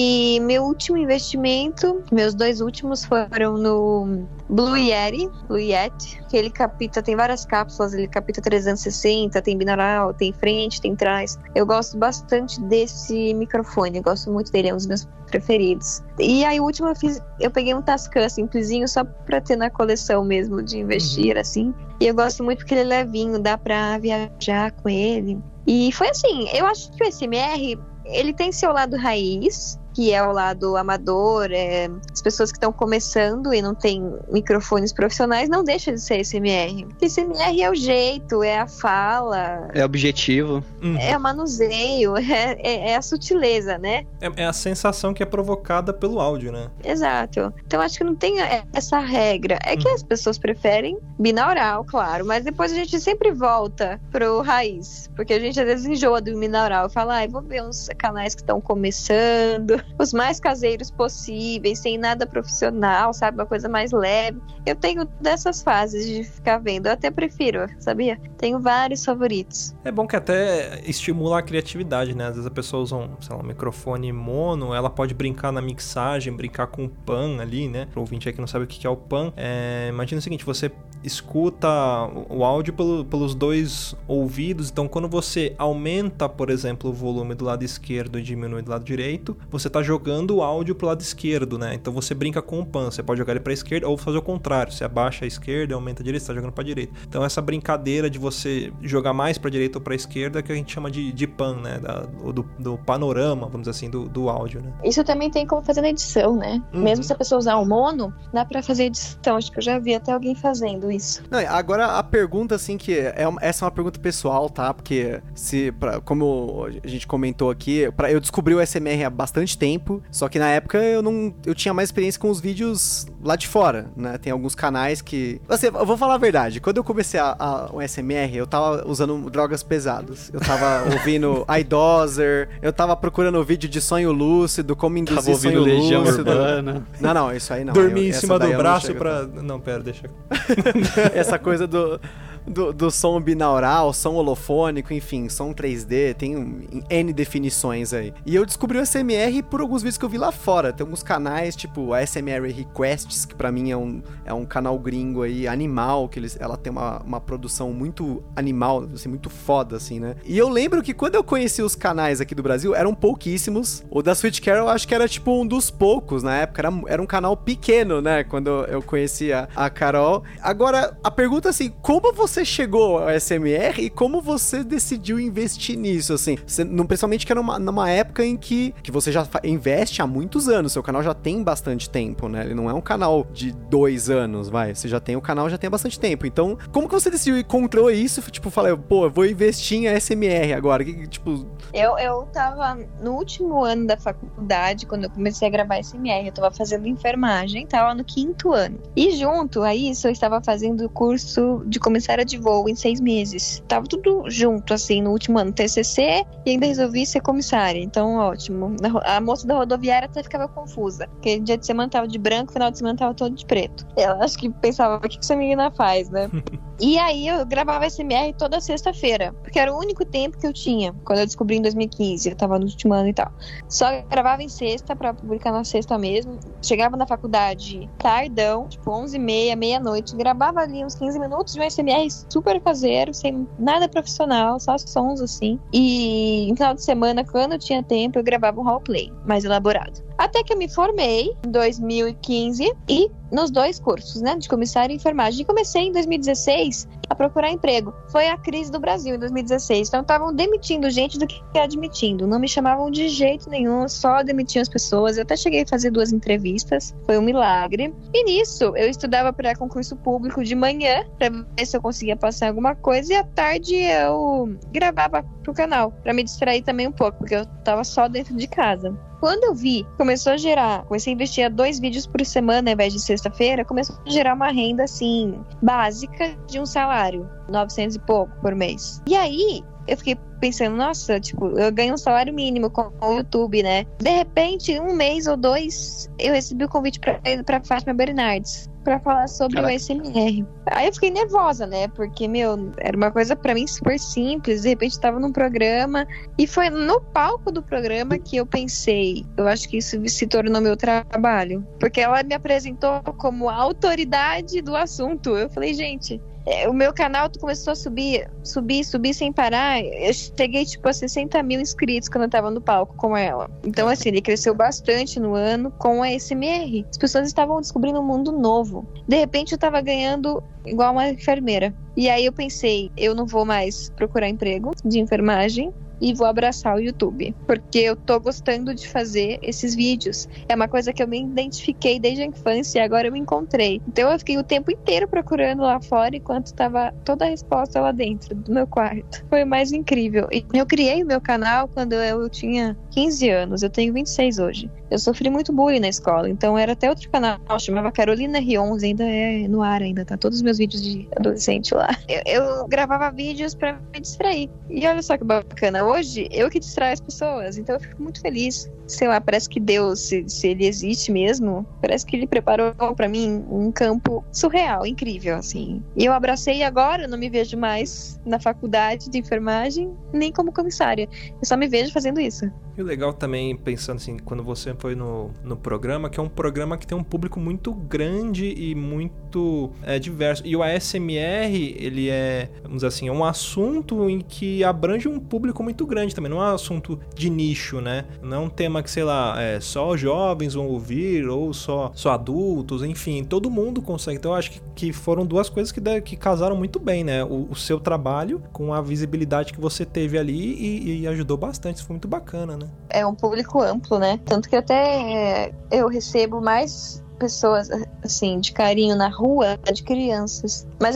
E meu último investimento, meus dois últimos foram no Blue Yeti, que ele capta, tem várias cápsulas, ele capta 360, tem binaural, tem frente, tem trás. Eu gosto bastante desse microfone, eu gosto muito dele, é um dos meus preferidos. E aí o último eu peguei um Tascam simplesinho, só pra ter na coleção mesmo, de investir, assim. E eu gosto muito porque ele é levinho, dá pra viajar com ele. E foi assim, eu acho que o SMR, ele tem seu lado raiz, que é o lado amador, as pessoas que estão começando e não tem microfones profissionais, não deixa de ser SMR. Porque SMR é o jeito, é a fala, é objetivo, é o manuseio, é a sutileza, né? É a sensação que é provocada pelo áudio, né? Exato. Então acho que não tem essa regra. É que as pessoas preferem binaural, claro, mas depois a gente sempre volta pro raiz, porque a gente às vezes enjoa do binaural e fala, vou ver uns canais que estão começando, os mais caseiros possíveis, sem nada profissional, sabe? Uma coisa mais leve. Eu tenho dessas fases de ficar vendo. Eu até prefiro, sabia? Tenho vários favoritos. É bom que até estimula a criatividade, né? Às vezes a pessoa usa um microfone mono, ela pode brincar na mixagem, brincar com o pan ali, né? Pro ouvinte aí que não sabe o que é o pan. Imagina o seguinte, você escuta o áudio pelos dois ouvidos, então quando você aumenta, por exemplo, o volume do lado esquerdo e diminui do lado direito, você tá jogando o áudio pro lado esquerdo, né? Então você brinca com o pan, você pode jogar ele pra esquerda ou fazer o contrário, você abaixa a esquerda e aumenta a direita, você tá jogando pra direita. Então essa brincadeira de você jogar mais pra direita ou pra esquerda é que a gente chama de pan, né? Do panorama, vamos dizer assim, do áudio, né? Isso também tem como fazer na edição, né? Mesmo se a pessoa usar o mono, dá pra fazer edição. Acho que eu já vi até alguém fazendo isso. Não, agora a pergunta, assim, que essa é uma pergunta pessoal, tá? Porque como a gente comentou aqui, eu descobri o SMR há bastante tempo, só que na época eu tinha mais experiência com os vídeos lá de fora, né? Tem alguns canais que... Assim, eu vou falar a verdade, quando eu comecei o SMR, eu tava usando drogas pesadas. Eu tava ouvindo iDozer, eu tava procurando vídeo de sonho lúcido, como induzir sonho Legião lúcido. Urbana. Não, isso aí não. Dormir em cima do braço pra... Não, pera, deixa... Essa coisa do som binaural, som holofônico, enfim, som 3D, tem N definições aí. E eu descobri o SMR por alguns vídeos que eu vi lá fora. Tem alguns canais, tipo a SMR Requests, que pra mim é um canal gringo aí, animal, que ela tem uma produção muito animal, assim, muito foda, assim, né? E eu lembro que quando eu conheci os canais aqui do Brasil, eram pouquíssimos. O da Sweet Carol, eu acho que era tipo um dos poucos na época, era um canal pequeno, né? Quando eu conheci a Carol. Agora, a pergunta é assim, como você chegou ao SMR e como você decidiu investir nisso, assim? Principalmente que era numa época em que você já investe há muitos anos, seu canal já tem bastante tempo, né? Ele não é um canal de 2 anos, vai. Você já tem o canal, já tem bastante tempo. Então, como que você decidiu e encontrou isso? Tipo, falei, pô, eu vou investir em SMR agora. Tipo... Eu tava no último ano da faculdade, quando eu comecei a gravar SMR, eu tava fazendo enfermagem, tava no 5º ano. E junto a isso, eu estava fazendo o curso de comissária de voo em 6 meses. Tava tudo junto, assim, no último ano, TCC, e ainda resolvi ser comissária. Então, ótimo. A moça da rodoviária até ficava confusa, porque dia de semana tava de branco, final de semana tava todo de preto. Ela acho que pensava, o que essa menina faz, né? E aí eu gravava SMR toda sexta-feira, porque era o único tempo que eu tinha, quando eu descobri em 2015, eu tava no último ano e tal. Só gravava em sexta, pra publicar na sexta mesmo. Chegava na faculdade tardão, tipo 11h30, meia-noite, gravava ali uns 15 minutos de um SMR super caseiro, sem nada profissional, só sons assim. E no final de semana, quando eu tinha tempo, eu gravava um roleplay mais elaborado. Até que eu me formei em 2015 e nos 2 cursos, né, de comissário e enfermagem. E comecei em 2016 a procurar emprego. Foi a crise do Brasil em 2016. Então estavam demitindo gente do que admitindo. Não me chamavam de jeito nenhum, só demitiam as pessoas. Eu até cheguei a fazer 2 entrevistas. Foi um milagre. E nisso, eu estudava para concurso público de manhã, para ver se eu conseguia passar alguma coisa. E à tarde eu gravava pro canal, para me distrair também um pouco, porque eu tava só dentro de casa. Quando eu vi, comecei a investir a 2 vídeos por semana ao invés de sexta-feira, começou a gerar uma renda, assim, básica de um salário, 900 e pouco por mês. E aí, eu fiquei pensando, nossa, tipo, eu ganho um salário mínimo com o YouTube, né? De repente, 1 mês ou 2, eu recebi o convite pra Fátima Bernardes, pra falar sobre o ASMR. Aí eu fiquei nervosa, né? Porque, era uma coisa pra mim super simples. De repente eu tava num programa e foi no palco do programa que eu pensei, eu acho que isso se tornou meu trabalho. Porque ela me apresentou como a autoridade do assunto. Eu falei, gente, o meu canal começou a subir sem parar. Eu cheguei, tipo, a 60 mil inscritos quando eu tava no palco com ela. Então, assim, ele cresceu bastante no ano com a ASMR. As pessoas estavam descobrindo um mundo novo. De repente, eu tava ganhando igual uma enfermeira. E aí eu pensei, eu não vou mais procurar emprego de enfermagem e vou abraçar o YouTube, porque eu tô gostando de fazer esses vídeos. É uma coisa que eu me identifiquei desde a infância e agora eu me encontrei. Então eu fiquei o tempo inteiro procurando lá fora enquanto tava toda a resposta lá dentro do meu quarto. Foi o mais incrível. Eu criei o meu canal quando eu tinha 15 anos, eu tenho 26 hoje. Eu sofri muito bullying na escola, então era até outro canal, chamava Carolina R11, ainda é no ar ainda, tá? Todos os meus vídeos de adolescente lá. Eu gravava vídeos pra me distrair. E olha só que bacana, hoje eu que distraio as pessoas, então eu fico muito feliz. Sei lá, parece que Deus, se ele existe mesmo, parece que ele preparou pra mim um campo surreal, incrível, assim. E eu abracei e agora eu não me vejo mais na faculdade de enfermagem, nem como comissária. Eu só me vejo fazendo isso. E o legal também, pensando assim, quando você foi no programa, que é um programa que tem um público muito grande e muito diverso. E o ASMR, ele vamos dizer assim, é um assunto em que abrange um público muito grande também. Não é um assunto de nicho, né? Não é um tema que, sei lá, só jovens vão ouvir ou só adultos, enfim, todo mundo consegue. Então eu acho que foram 2 coisas que casaram muito bem, né? O seu trabalho com a visibilidade que você teve ali e ajudou bastante. Isso foi muito bacana, né? É um público amplo, né? Tanto que até eu recebo mais pessoas, assim, de carinho na rua de crianças. Mas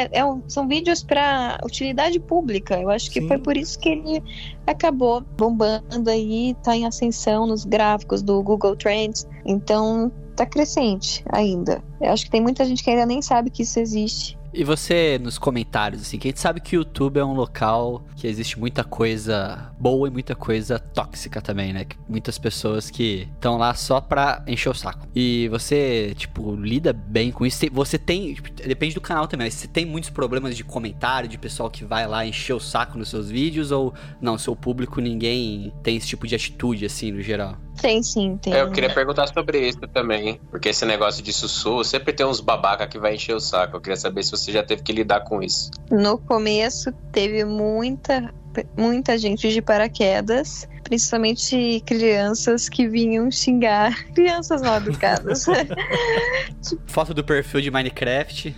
são vídeos para utilidade pública. Eu acho que Sim. Foi por isso que ele acabou bombando aí, tá em ascensão nos gráficos do Google Trends. Então, tá crescente ainda. Eu acho que tem muita gente que ainda nem sabe que isso existe. E você, nos comentários, assim, que a gente sabe que o YouTube é um local que existe muita coisa boa e muita coisa tóxica também, né? Muitas pessoas que estão lá só pra encher o saco. E você, tipo, lida bem com isso? Você tem, depende do canal também, mas você tem muitos problemas de comentário, de pessoal que vai lá encher o saco nos seus vídeos? Ou não, seu público, ninguém tem esse tipo de atitude, assim, no geral? Tem sim, tem. Eu queria perguntar sobre isso também, porque esse negócio de sussurro, sempre tem uns babaca que vai encher o saco. Eu queria saber se você já teve que lidar com isso. No começo, teve muita gente de paraquedas, principalmente crianças que vinham xingar crianças mal educadas. Foto do perfil de Minecraft.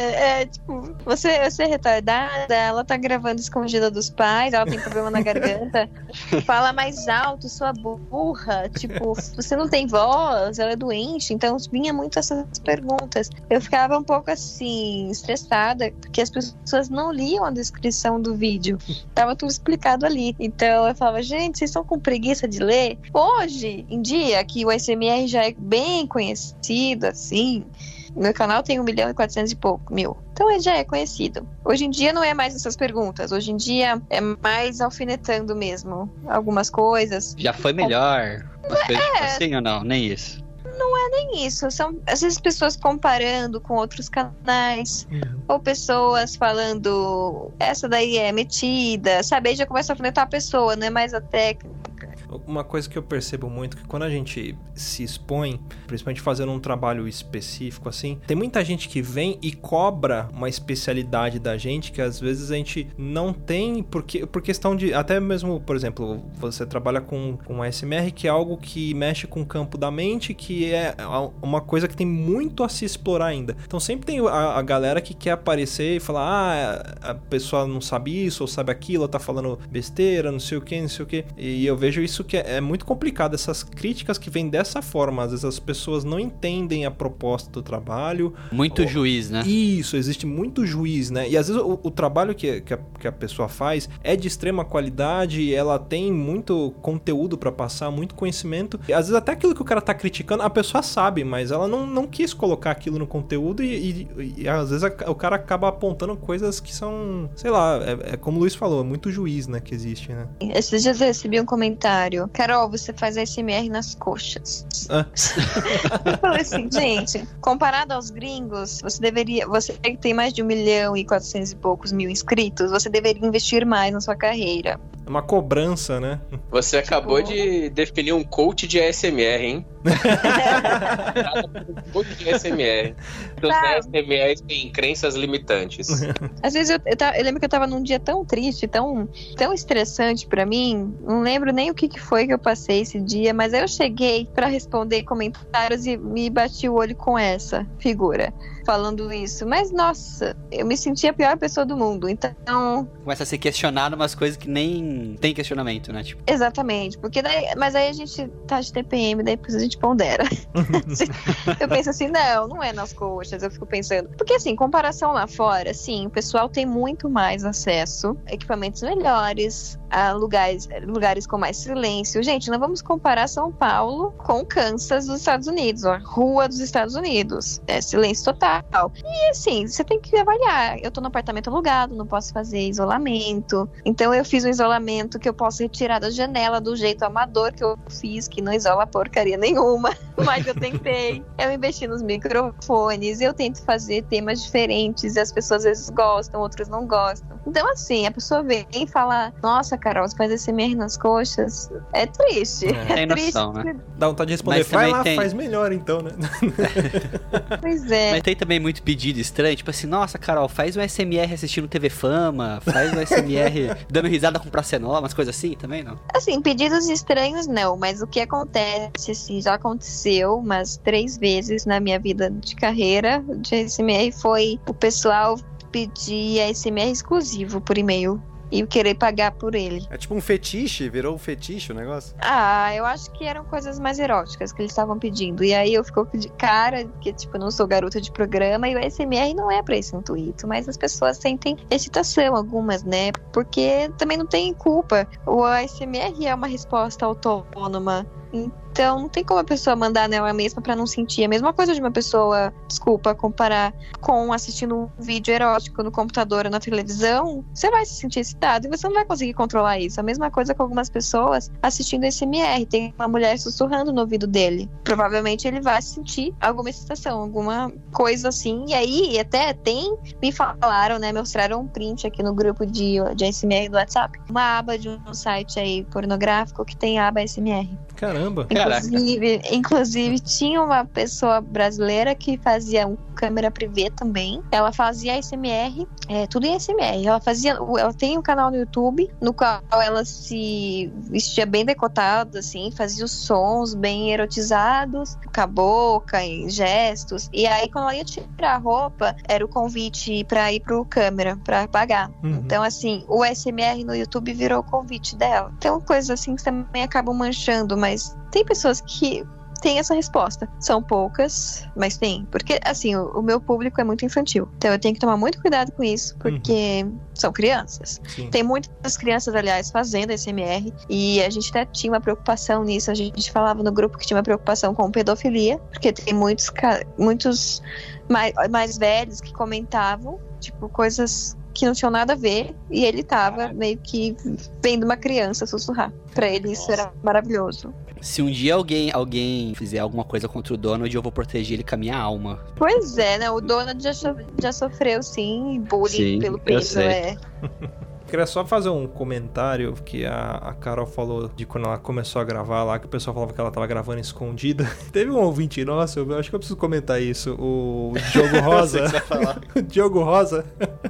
Tipo, você é retardada, ela tá gravando escondida dos pais, ela tem problema na garganta, fala mais alto, sua burra, tipo, você não tem voz, ela é doente. Então vinha muito essas perguntas. Eu ficava um pouco assim, estressada, porque as pessoas não liam a descrição do vídeo. Tava tudo explicado ali. Então eu falava, gente, vocês estão com preguiça de ler? Hoje em dia, que o ASMR já é bem conhecido, assim, meu canal tem 1.400.000 e pouco mil. Então ele já é conhecido. Hoje em dia não é mais essas perguntas. Hoje em dia é mais alfinetando mesmo algumas coisas. Já foi melhor? Umas coisas assim ou não? Nem isso. Não é nem isso, são às vezes pessoas comparando com outros canais, ou pessoas falando, essa daí é metida, sabe? Aí já começa a alfinetar a pessoa, não é mais a técnica. Uma coisa que eu percebo muito, que quando a gente se expõe, principalmente fazendo um trabalho específico assim, tem muita gente que vem e cobra uma especialidade da gente que às vezes a gente não tem, por questão de, até mesmo, por exemplo, você trabalha com ASMR, que é algo que mexe com o campo da mente, que é uma coisa que tem muito a se explorar ainda. Então sempre tem a galera que quer aparecer e falar, a pessoa não sabe isso, ou sabe aquilo, tá falando besteira, não sei o que. E eu vejo isso que é muito complicado, essas críticas que vêm dessa forma. Às vezes as pessoas não entendem a proposta do trabalho. Muito juiz, né? Isso, existe muito juiz, né? E às vezes o trabalho que a pessoa faz é de extrema qualidade, ela tem muito conteúdo pra passar, muito conhecimento. E às vezes até aquilo que o cara tá criticando, a pessoa sabe, mas ela não quis colocar aquilo no conteúdo e às vezes o cara acaba apontando coisas que são, sei lá, é como o Luiz falou, é muito juiz, né, que existe, né? Esses dias eu recebi um comentário: Carol, você faz ASMR nas coxas. Eu falei assim, gente, comparado aos gringos, você que tem mais de 1.400.000 e poucos mil inscritos, você deveria investir mais na sua carreira. É uma cobrança, né? Você acabou de definir um coach de ASMR, hein? Coach de ASMR. Então, ASMR tem crenças limitantes. Às vezes eu lembro que eu tava num dia tão triste, tão estressante pra mim. Não lembro nem o que foi que eu passei esse dia, mas aí eu cheguei pra responder comentários e me bati o olho com essa figura falando isso. Mas, nossa, eu me senti a pior pessoa do mundo. Então... começa a ser questionado umas coisas que nem tem questionamento, né? Tipo... exatamente. Porque mas aí a gente tá de TPM, daí depois a gente pondera. Eu penso assim, não é nas coxas. Eu fico pensando... porque, assim, comparação lá fora, sim, o pessoal tem muito mais acesso, equipamentos melhores, a lugares com mais silêncio. Gente, não vamos comparar São Paulo com Kansas dos Estados Unidos, a rua dos Estados Unidos. É silêncio total. E assim, você tem que avaliar. Eu tô no apartamento alugado, não posso fazer isolamento. Então eu fiz um isolamento que eu posso retirar da janela do jeito amador que eu fiz, que não isola porcaria nenhuma. Mas eu tentei. Eu investi nos microfones, eu tento fazer temas diferentes e as pessoas às vezes gostam, outras não gostam. Então assim, a pessoa vem e fala: nossa, Carol, você faz ASMR nas coxas? É triste. Tem noção, triste. Né? Dá vontade de responder, mas vai lá, tem... faz melhor então, né? Pois é. Mas tem também muito pedido estranho, tipo assim, nossa, Carol, faz um ASMR assistindo TV Fama, faz um ASMR dando risada com Praça Nova, umas coisas assim também, não? Assim, pedidos estranhos não, mas o que acontece, assim, já aconteceu umas 3 vezes na minha vida de carreira de ASMR, foi o pessoal pedir ASMR exclusivo por e-mail e querer pagar por ele. É tipo um fetiche? Virou um fetiche o negócio? Eu acho que eram coisas mais eróticas que eles estavam pedindo. E aí eu fico de cara, que tipo, eu não sou garota de programa e o ASMR não é pra esse intuito, mas as pessoas sentem excitação, algumas, né? Porque também não tem culpa. O ASMR é uma resposta autônoma. Então, não tem como a pessoa mandar nela mesma pra não sentir. A mesma coisa de uma pessoa, comparar com assistindo um vídeo erótico no computador ou na televisão, você vai se sentir excitado e você não vai conseguir controlar isso. A mesma coisa com algumas pessoas assistindo ASMR. Tem uma mulher sussurrando no ouvido dele. Provavelmente ele vai sentir alguma excitação, alguma coisa assim. E aí, até me falaram, né, mostraram um print aqui no grupo de ASMR do WhatsApp. Uma aba de um site aí pornográfico que tem a aba ASMR. Caramba. Inclusive, tinha uma pessoa brasileira que fazia um câmera privê também. Ela fazia ASMR, tudo em ASMR. Ela tem um canal no YouTube, no qual ela se vestia bem decotada, assim, fazia os sons bem erotizados, com a boca, em gestos. E aí, quando ela ia tirar a roupa, era o convite pra ir pro câmera, pra pagar. Então, assim, o ASMR no YouTube virou o convite dela. Então, coisas assim que também acabam manchando, mas tem pessoas que têm essa resposta. São poucas, mas tem. Porque, assim, o meu público é muito infantil. Então eu tenho que tomar muito cuidado com isso, porque são crianças. Sim. Tem muitas crianças, aliás, fazendo ASMR, e a gente até tinha uma preocupação nisso. A gente falava no grupo que tinha uma preocupação com pedofilia, porque tem muitos mais velhos que comentavam, tipo, coisas que não tinham nada a ver, e ele tava meio que vendo uma criança sussurrar. Pra ele isso era maravilhoso. Se um dia alguém fizer alguma coisa contra o Donald, eu vou proteger ele com a minha alma. Pois é, né? O Donald já sofreu, sim, bullying pelo peso, Queria só fazer um comentário que a Carol falou de quando ela começou a gravar lá, que o pessoal falava que ela tava gravando escondida. Teve um ouvinte, nossa, eu acho que eu preciso comentar isso. O Diogo Rosa. O Diogo Rosa.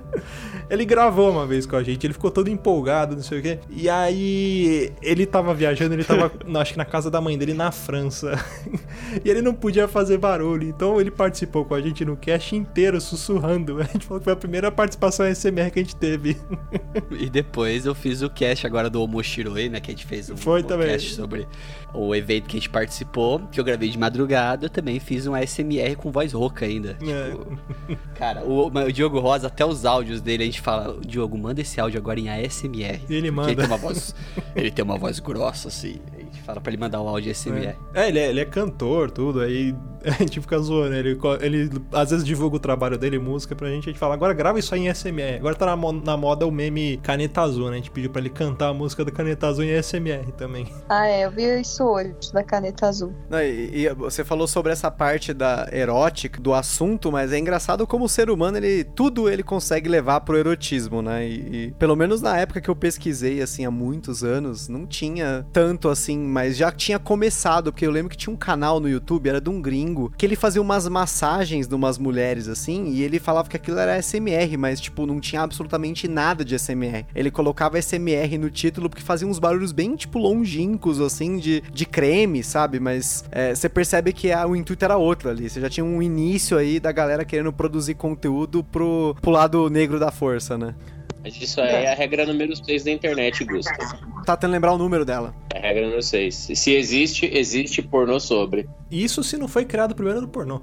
Ele gravou uma vez com a gente, ele ficou todo empolgado, não sei o quê. E aí, ele tava viajando, ele tava, acho que na casa da mãe dele, na França. E ele não podia fazer barulho, então ele participou com a gente no cast inteiro, sussurrando. A gente falou que foi a primeira participação ASMR que a gente teve. E depois eu fiz o cast agora do Omoshiroi, né, que a gente fez um cast sobre o evento que a gente participou, que eu gravei de madrugada. Eu também fiz um ASMR com voz rouca ainda. Tipo, cara, o Diogo Rosa, até os áudios dele, a gente fala, Diogo, manda esse áudio agora em ASMR. E ele manda. Ele tem uma voz grossa, assim. A gente fala pra ele mandar o áudio ASMR. Ele é cantor, tudo, aí a gente fica zoando. Ele às vezes divulga o trabalho dele, música pra gente, a gente fala, agora grava isso aí em ASMR. Agora tá na moda o meme Caneta Azul, né? A gente pediu pra ele cantar a música da Caneta Azul em ASMR também. Eu vi isso hoje, da Caneta Azul. Não, e você falou sobre essa parte da erótica, do assunto, mas é engraçado como o ser humano, tudo ele consegue levar pro erotismo, né? E pelo menos na época que eu pesquisei, assim, há muitos anos, não tinha tanto assim, mas já tinha começado, porque eu lembro que tinha um canal no YouTube, era de um gringo, que ele fazia umas massagens de umas mulheres, assim, e ele falava que aquilo era SMR, mas, tipo, não tinha absolutamente nada de SMR. Ele colocava SMR no título porque fazia uns barulhos bem, tipo, longínquos, assim, de creme, sabe? Mas você percebe que o intuito era outro ali. Você já tinha um início aí da galera querendo produzir conteúdo pro lado negro da força, né? Mas isso aí é a regra número 6 da internet, Gusta. Tá tentando lembrar o número dela. É a regra número 6. Se existe pornô sobre. Isso se não foi criado primeiro do pornô.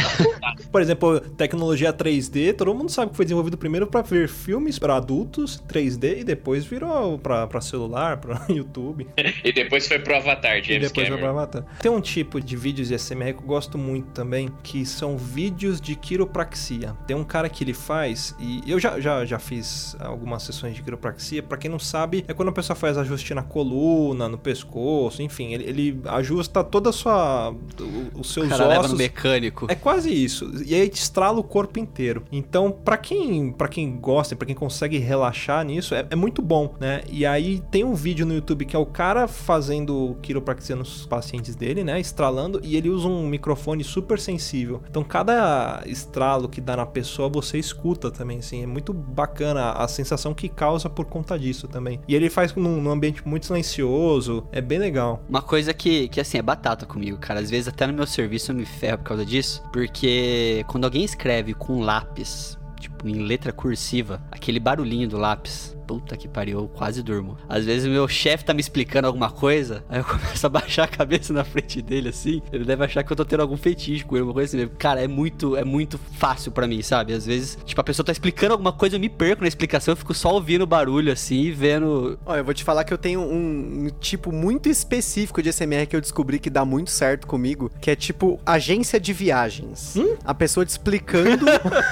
Por exemplo, tecnologia 3D, todo mundo sabe que foi desenvolvido primeiro pra ver filmes pra adultos 3D e depois virou pra celular, pra YouTube. E depois foi pro Avatar, James E depois Cameron. foi pro Avatar. Tem um tipo de vídeos de ASMR que eu gosto muito também, que são vídeos de quiropraxia. Tem um cara que ele faz, e eu já fiz algumas sessões de quiropraxia. Pra quem não sabe, é quando a pessoa faz ajuste na coluna, no pescoço, enfim, ele ajusta toda a sua... os seus ossos. Leva no mecânico. É quase isso. E aí te estrala o corpo inteiro. Então, pra quem gosta, pra quem consegue relaxar nisso, é muito bom, né? E aí tem um vídeo no YouTube que é o cara fazendo quiropraxia nos pacientes dele, né? Estralando, e ele usa um microfone super sensível. Então, cada estralo que dá na pessoa, você escuta também, assim. É muito bacana a sensação que causa por conta disso também. E ele faz num ambiente muito silencioso. É bem legal. Uma coisa que assim, é batata comigo, cara. Às vezes até no meu serviço eu me ferro por causa disso. Porque quando alguém escreve com lápis, tipo, em letra cursiva, aquele barulhinho do lápis... Puta que pariu, eu quase durmo. Às vezes o meu chefe tá me explicando alguma coisa, aí eu começo a baixar a cabeça na frente dele, assim. Ele deve achar que eu tô tendo algum fetiche com ele, uma coisa assim. Cara, é muito fácil pra mim, sabe? Às vezes, tipo, a pessoa tá explicando alguma coisa, eu me perco na explicação, eu fico só ouvindo o barulho, assim, e vendo... Olha, eu vou te falar que eu tenho um tipo muito específico de ASMR que eu descobri que dá muito certo comigo, que é tipo agência de viagens. A pessoa te explicando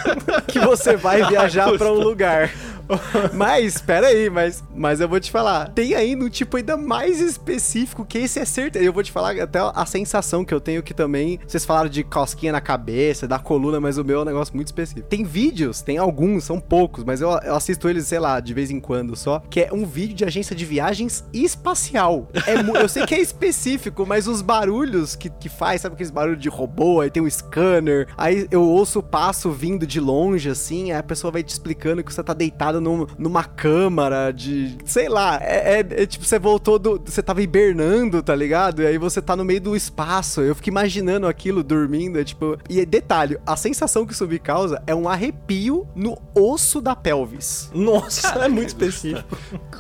que você vai viajar pra um lugar. Mas, peraí, mas eu vou te falar, tem ainda um tipo ainda mais específico, que esse é certeza. Eu vou te falar até a sensação que eu tenho, que também, vocês falaram de cosquinha na cabeça, da coluna, mas o meu é um negócio muito específico. Tem vídeos, tem alguns, são poucos, mas eu assisto eles, sei lá, de vez em quando só, que é um vídeo de agência de viagens espacial. Eu sei que é específico, mas os barulhos que faz, sabe aqueles barulhos de robô, aí tem um scanner, aí eu ouço o passo vindo de longe, assim, aí a pessoa vai te explicando que você tá deitado numa câmara de... Sei lá, é tipo, você voltou você tava hibernando, tá ligado? E aí você tá no meio do espaço. Eu fico imaginando aquilo dormindo, tipo... E detalhe, a sensação que isso me causa é um arrepio no osso da pelvis. Nossa, é muito específico.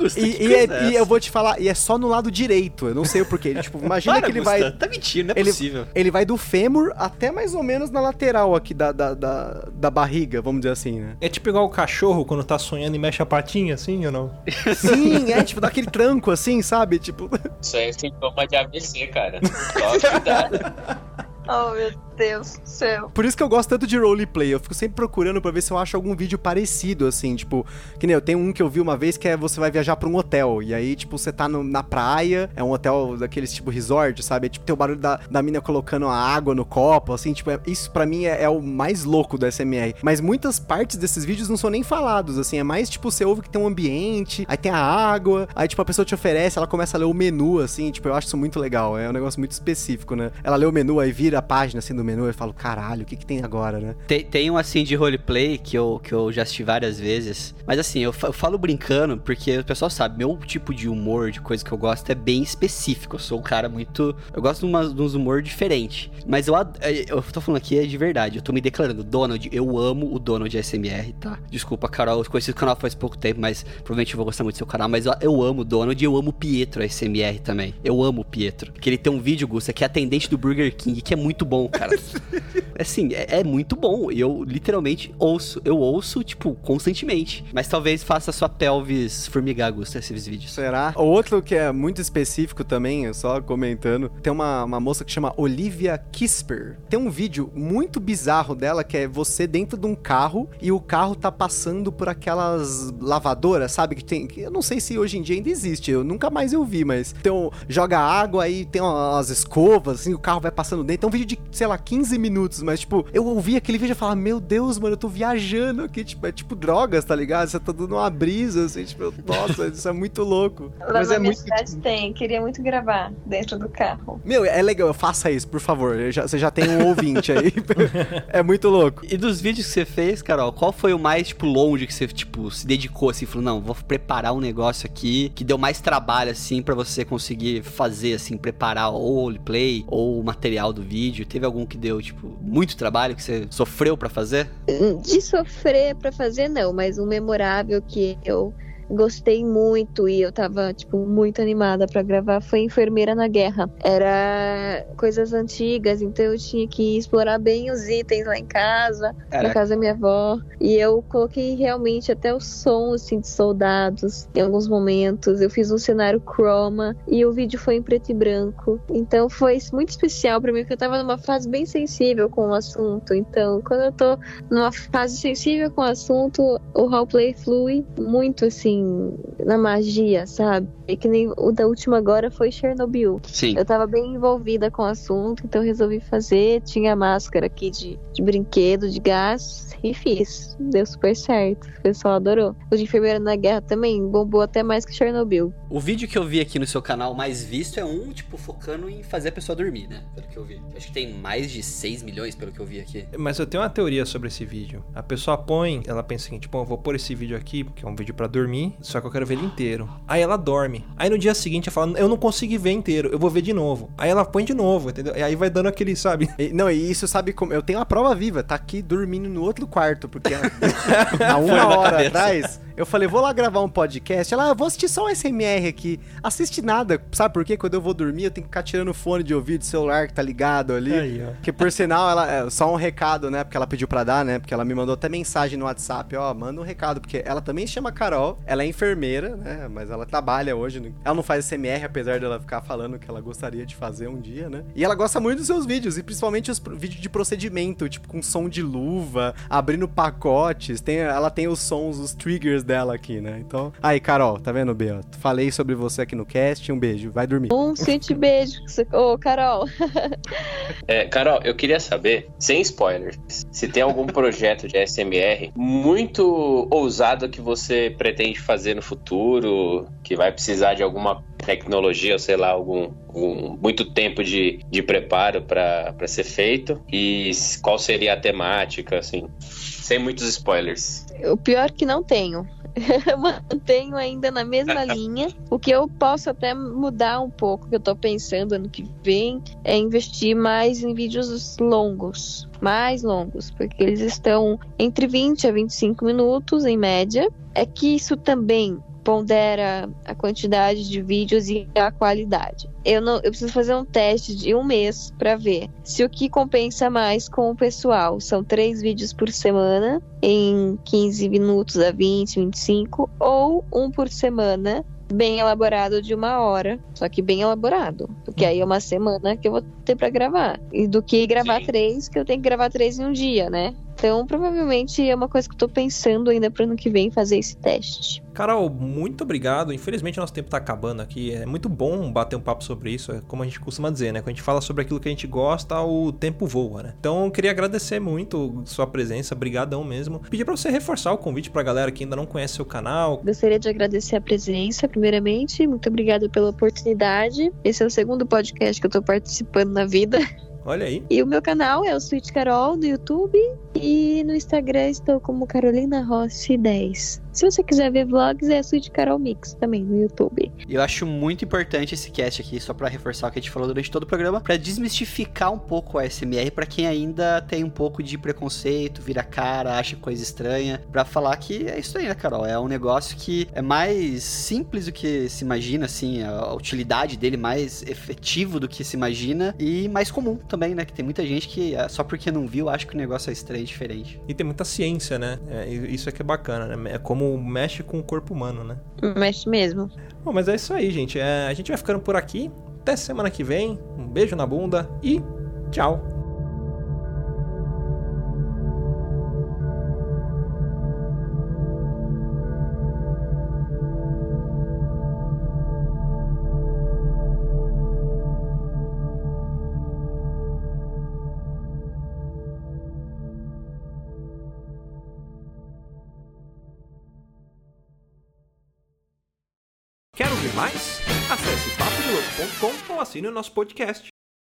E eu vou te falar, e é só no lado direito. Eu não sei o porquê. Tipo, imagina que ele vai... Tá mentindo, não é possível. Ele vai do fêmur até mais ou menos na lateral aqui da barriga, vamos dizer assim, né? É tipo igual o cachorro quando tá sonhando e mexe a patinha, assim, ou não? Sim, tipo, dá aquele tranco, assim, sabe? Tipo... Isso aí é sintoma de AVC, cara. Só cuidado. Oh, meu Deus. Deus do céu. Por isso que eu gosto tanto de roleplay. Eu fico sempre procurando pra ver se eu acho algum vídeo parecido, assim, tipo... Que nem eu tenho um que eu vi uma vez que é você vai viajar pra um hotel. E aí, tipo, você tá na praia, é um hotel daqueles tipo resort, sabe? É, tipo, tem o barulho da mina colocando a água no copo, assim, tipo... Isso pra mim é o mais louco do SMR. Mas muitas partes desses vídeos não são nem falados, assim. É mais, tipo, você ouve que tem um ambiente, aí tem a água, aí, tipo, a pessoa te oferece, ela começa a ler o menu, assim, tipo, eu acho isso muito legal. É um negócio muito específico, né? Ela lê o menu, aí vira a página, assim, do menu, e fala, caralho, o que tem agora, né? Tem um, assim, de roleplay que eu já assisti várias vezes, mas, assim, eu falo brincando, porque o pessoal sabe, meu tipo de humor, de coisa que eu gosto é bem específico. Eu sou um cara muito... Eu gosto de uns humor diferente, mas eu tô falando aqui de verdade, eu tô me declarando, Donald, eu amo o Donald ASMR, tá? Desculpa, Carol, eu conheci o canal faz pouco tempo, mas provavelmente eu vou gostar muito do seu canal, mas eu amo o Donald e eu amo o Pietro ASMR também. Eu amo o Pietro. Que ele tem um vídeo, Gusta, que é atendente do Burger King, que é muito bom, cara. Assim, é muito bom. E eu literalmente ouço, tipo, constantemente. Mas talvez faça a sua pelvis formigar, Gusta, esses vídeos. Será? O outro que é muito específico também, só comentando, tem uma moça que chama Olivia Kisper. Tem um vídeo muito bizarro dela, que é você dentro de um carro e o carro tá passando por aquelas lavadoras, sabe? Que eu não sei se hoje em dia ainda existe, eu nunca mais eu vi, mas então joga água, aí tem umas escovas, assim, o carro vai passando dentro. É um vídeo de, sei lá, 15 minutos, mas tipo, eu ouvi aquele vídeo e falava, meu Deus, mano, eu tô viajando aqui, tipo, é tipo drogas, tá ligado? Você tá dando uma brisa, assim, tipo, nossa, isso é muito louco. Lá Mas na é minha muito... cidade tem, queria muito gravar dentro do carro. Meu, é legal, faça isso, por favor, você já tem um ouvinte aí. É muito louco. E dos vídeos que você fez, Carol, qual foi o mais, tipo, longe que você, tipo, se dedicou, assim, falou, não, vou preparar um negócio aqui, que deu mais trabalho, assim, pra você conseguir fazer, assim, preparar ou o roleplay, ou o material do vídeo? Teve algum que deu, tipo, muito trabalho, que você sofreu pra fazer? De sofrer pra fazer, não, mas um memorável que eu gostei muito e eu tava, tipo, muito animada pra gravar foi Enfermeira na Guerra. Era coisas antigas, então eu tinha que explorar bem os itens lá em casa, na casa da minha avó. E eu coloquei realmente até o som, assim, de soldados em alguns momentos. Eu fiz um cenário chroma e o vídeo foi em preto e branco. Então foi muito especial pra mim, porque eu tava numa fase bem sensível com o assunto. Então, quando eu tô numa fase sensível com o assunto, o roleplay flui muito, assim, na magia, sabe? E que nem o da última agora foi Chernobyl. Sim. Eu tava bem envolvida com o assunto, então eu resolvi fazer. Tinha máscara aqui de brinquedo, de gás, e fiz. Deu super certo. O pessoal adorou. O de Enfermeira na Guerra também bombou até mais que Chernobyl. O vídeo que eu vi aqui no seu canal mais visto é um, tipo, focando em fazer a pessoa dormir, né? Pelo que eu vi. Acho que tem mais de 6 milhões, pelo que eu vi aqui. Mas eu tenho uma teoria sobre esse vídeo. A pessoa põe, ela pensa o seguinte, bom, eu vou pôr esse vídeo aqui, porque é um vídeo pra dormir, só que eu quero ver ele inteiro. Aí ela dorme. Aí no dia seguinte ela fala, eu não consegui ver inteiro, eu vou ver de novo. Aí ela põe de novo, entendeu? E aí vai dando aquele, sabe? E isso, sabe como? Eu tenho a prova viva, tá aqui dormindo no outro quarto, porque há uma hora atrás... Eu falei, vou lá gravar um podcast. Ela, vou assistir só um SMR aqui. Assiste nada. Sabe por quê? Quando eu vou dormir, eu tenho que ficar tirando o fone de ouvido do celular que tá ligado ali. Aí, ó. Que por sinal, ela só um recado, né? Porque ela pediu pra dar, né? Porque ela me mandou até mensagem no WhatsApp. Ó, manda um recado. Porque ela também se chama Carol. Ela é enfermeira, né? Mas ela trabalha hoje. Ela não faz SMR, apesar dela ficar falando que ela gostaria de fazer um dia, né? E ela gosta muito dos seus vídeos. E principalmente os vídeos de procedimento. Tipo, com som de luva, abrindo pacotes. Ela tem os sons, os triggers dela aqui, né? Então, aí, Carol, tá vendo, Bia? Falei sobre você aqui no cast, um beijo, vai dormir. Um sweet beijo, Carol. Carol, eu queria saber, sem spoilers, se tem algum projeto de ASMR muito ousado que você pretende fazer no futuro, que vai precisar de alguma tecnologia, ou sei lá, muito tempo de preparo para ser feito, e qual seria a temática, assim, sem muitos spoilers. O pior que não tenho. Mantenho ainda na mesma linha. O que eu posso até mudar um pouco, que eu tô pensando ano que vem, é investir mais em vídeos longos. Mais longos, porque eles estão entre 20 a 25 minutos em média. É que isso também pondera a quantidade de vídeos e a qualidade. Eu preciso fazer um teste de 1 mês para ver se o que compensa mais com o pessoal são 3 vídeos por semana, em 15 minutos a 20, 25, ou um por semana, bem elaborado de 1 hora, só que bem elaborado, porque aí é uma semana que eu vou ter pra gravar, e do que gravar 3, que eu tenho que gravar 3 em um dia, né? Então, provavelmente é uma coisa que eu tô pensando ainda pro ano que vem fazer esse teste. Carol, muito obrigado. Infelizmente, nosso tempo tá acabando aqui. É muito bom bater um papo sobre isso. É como a gente costuma dizer, né? Quando a gente fala sobre aquilo que a gente gosta, o tempo voa, né? Então, eu queria agradecer muito sua presença. Brigadão mesmo. Pedir pra você reforçar o convite pra galera que ainda não conhece seu canal. Gostaria de agradecer a presença, primeiramente. Muito obrigada pela oportunidade. Esse é o 2º podcast que eu tô participando na vida. Olha aí. E o meu canal é o Sweet Carol no YouTube e no Instagram estou como Carolina Rossi 10. Se você quiser ver vlogs, é Sweet Carol Mix também no YouTube. Eu acho muito importante esse cast aqui, só pra reforçar o que a gente falou durante todo o programa, pra desmistificar um pouco a ASMR pra quem ainda tem um pouco de preconceito, vira cara, acha coisa estranha, pra falar que é isso aí, né, Carol? É um negócio que é mais simples do que se imagina, assim, a utilidade dele mais efetivo do que se imagina e mais comum também, né? Que tem muita gente que só porque não viu acha que o negócio é estranho e diferente. E tem muita ciência, né? Isso é que é bacana, né? É como mexe com o corpo humano, né? Mexe mesmo. Bom, mas é isso aí, gente. A gente vai ficando por aqui. Até semana que vem. Um beijo na bunda e tchau. Quer ouvir mais? Acesse papodelouco.com ou assine o nosso podcast.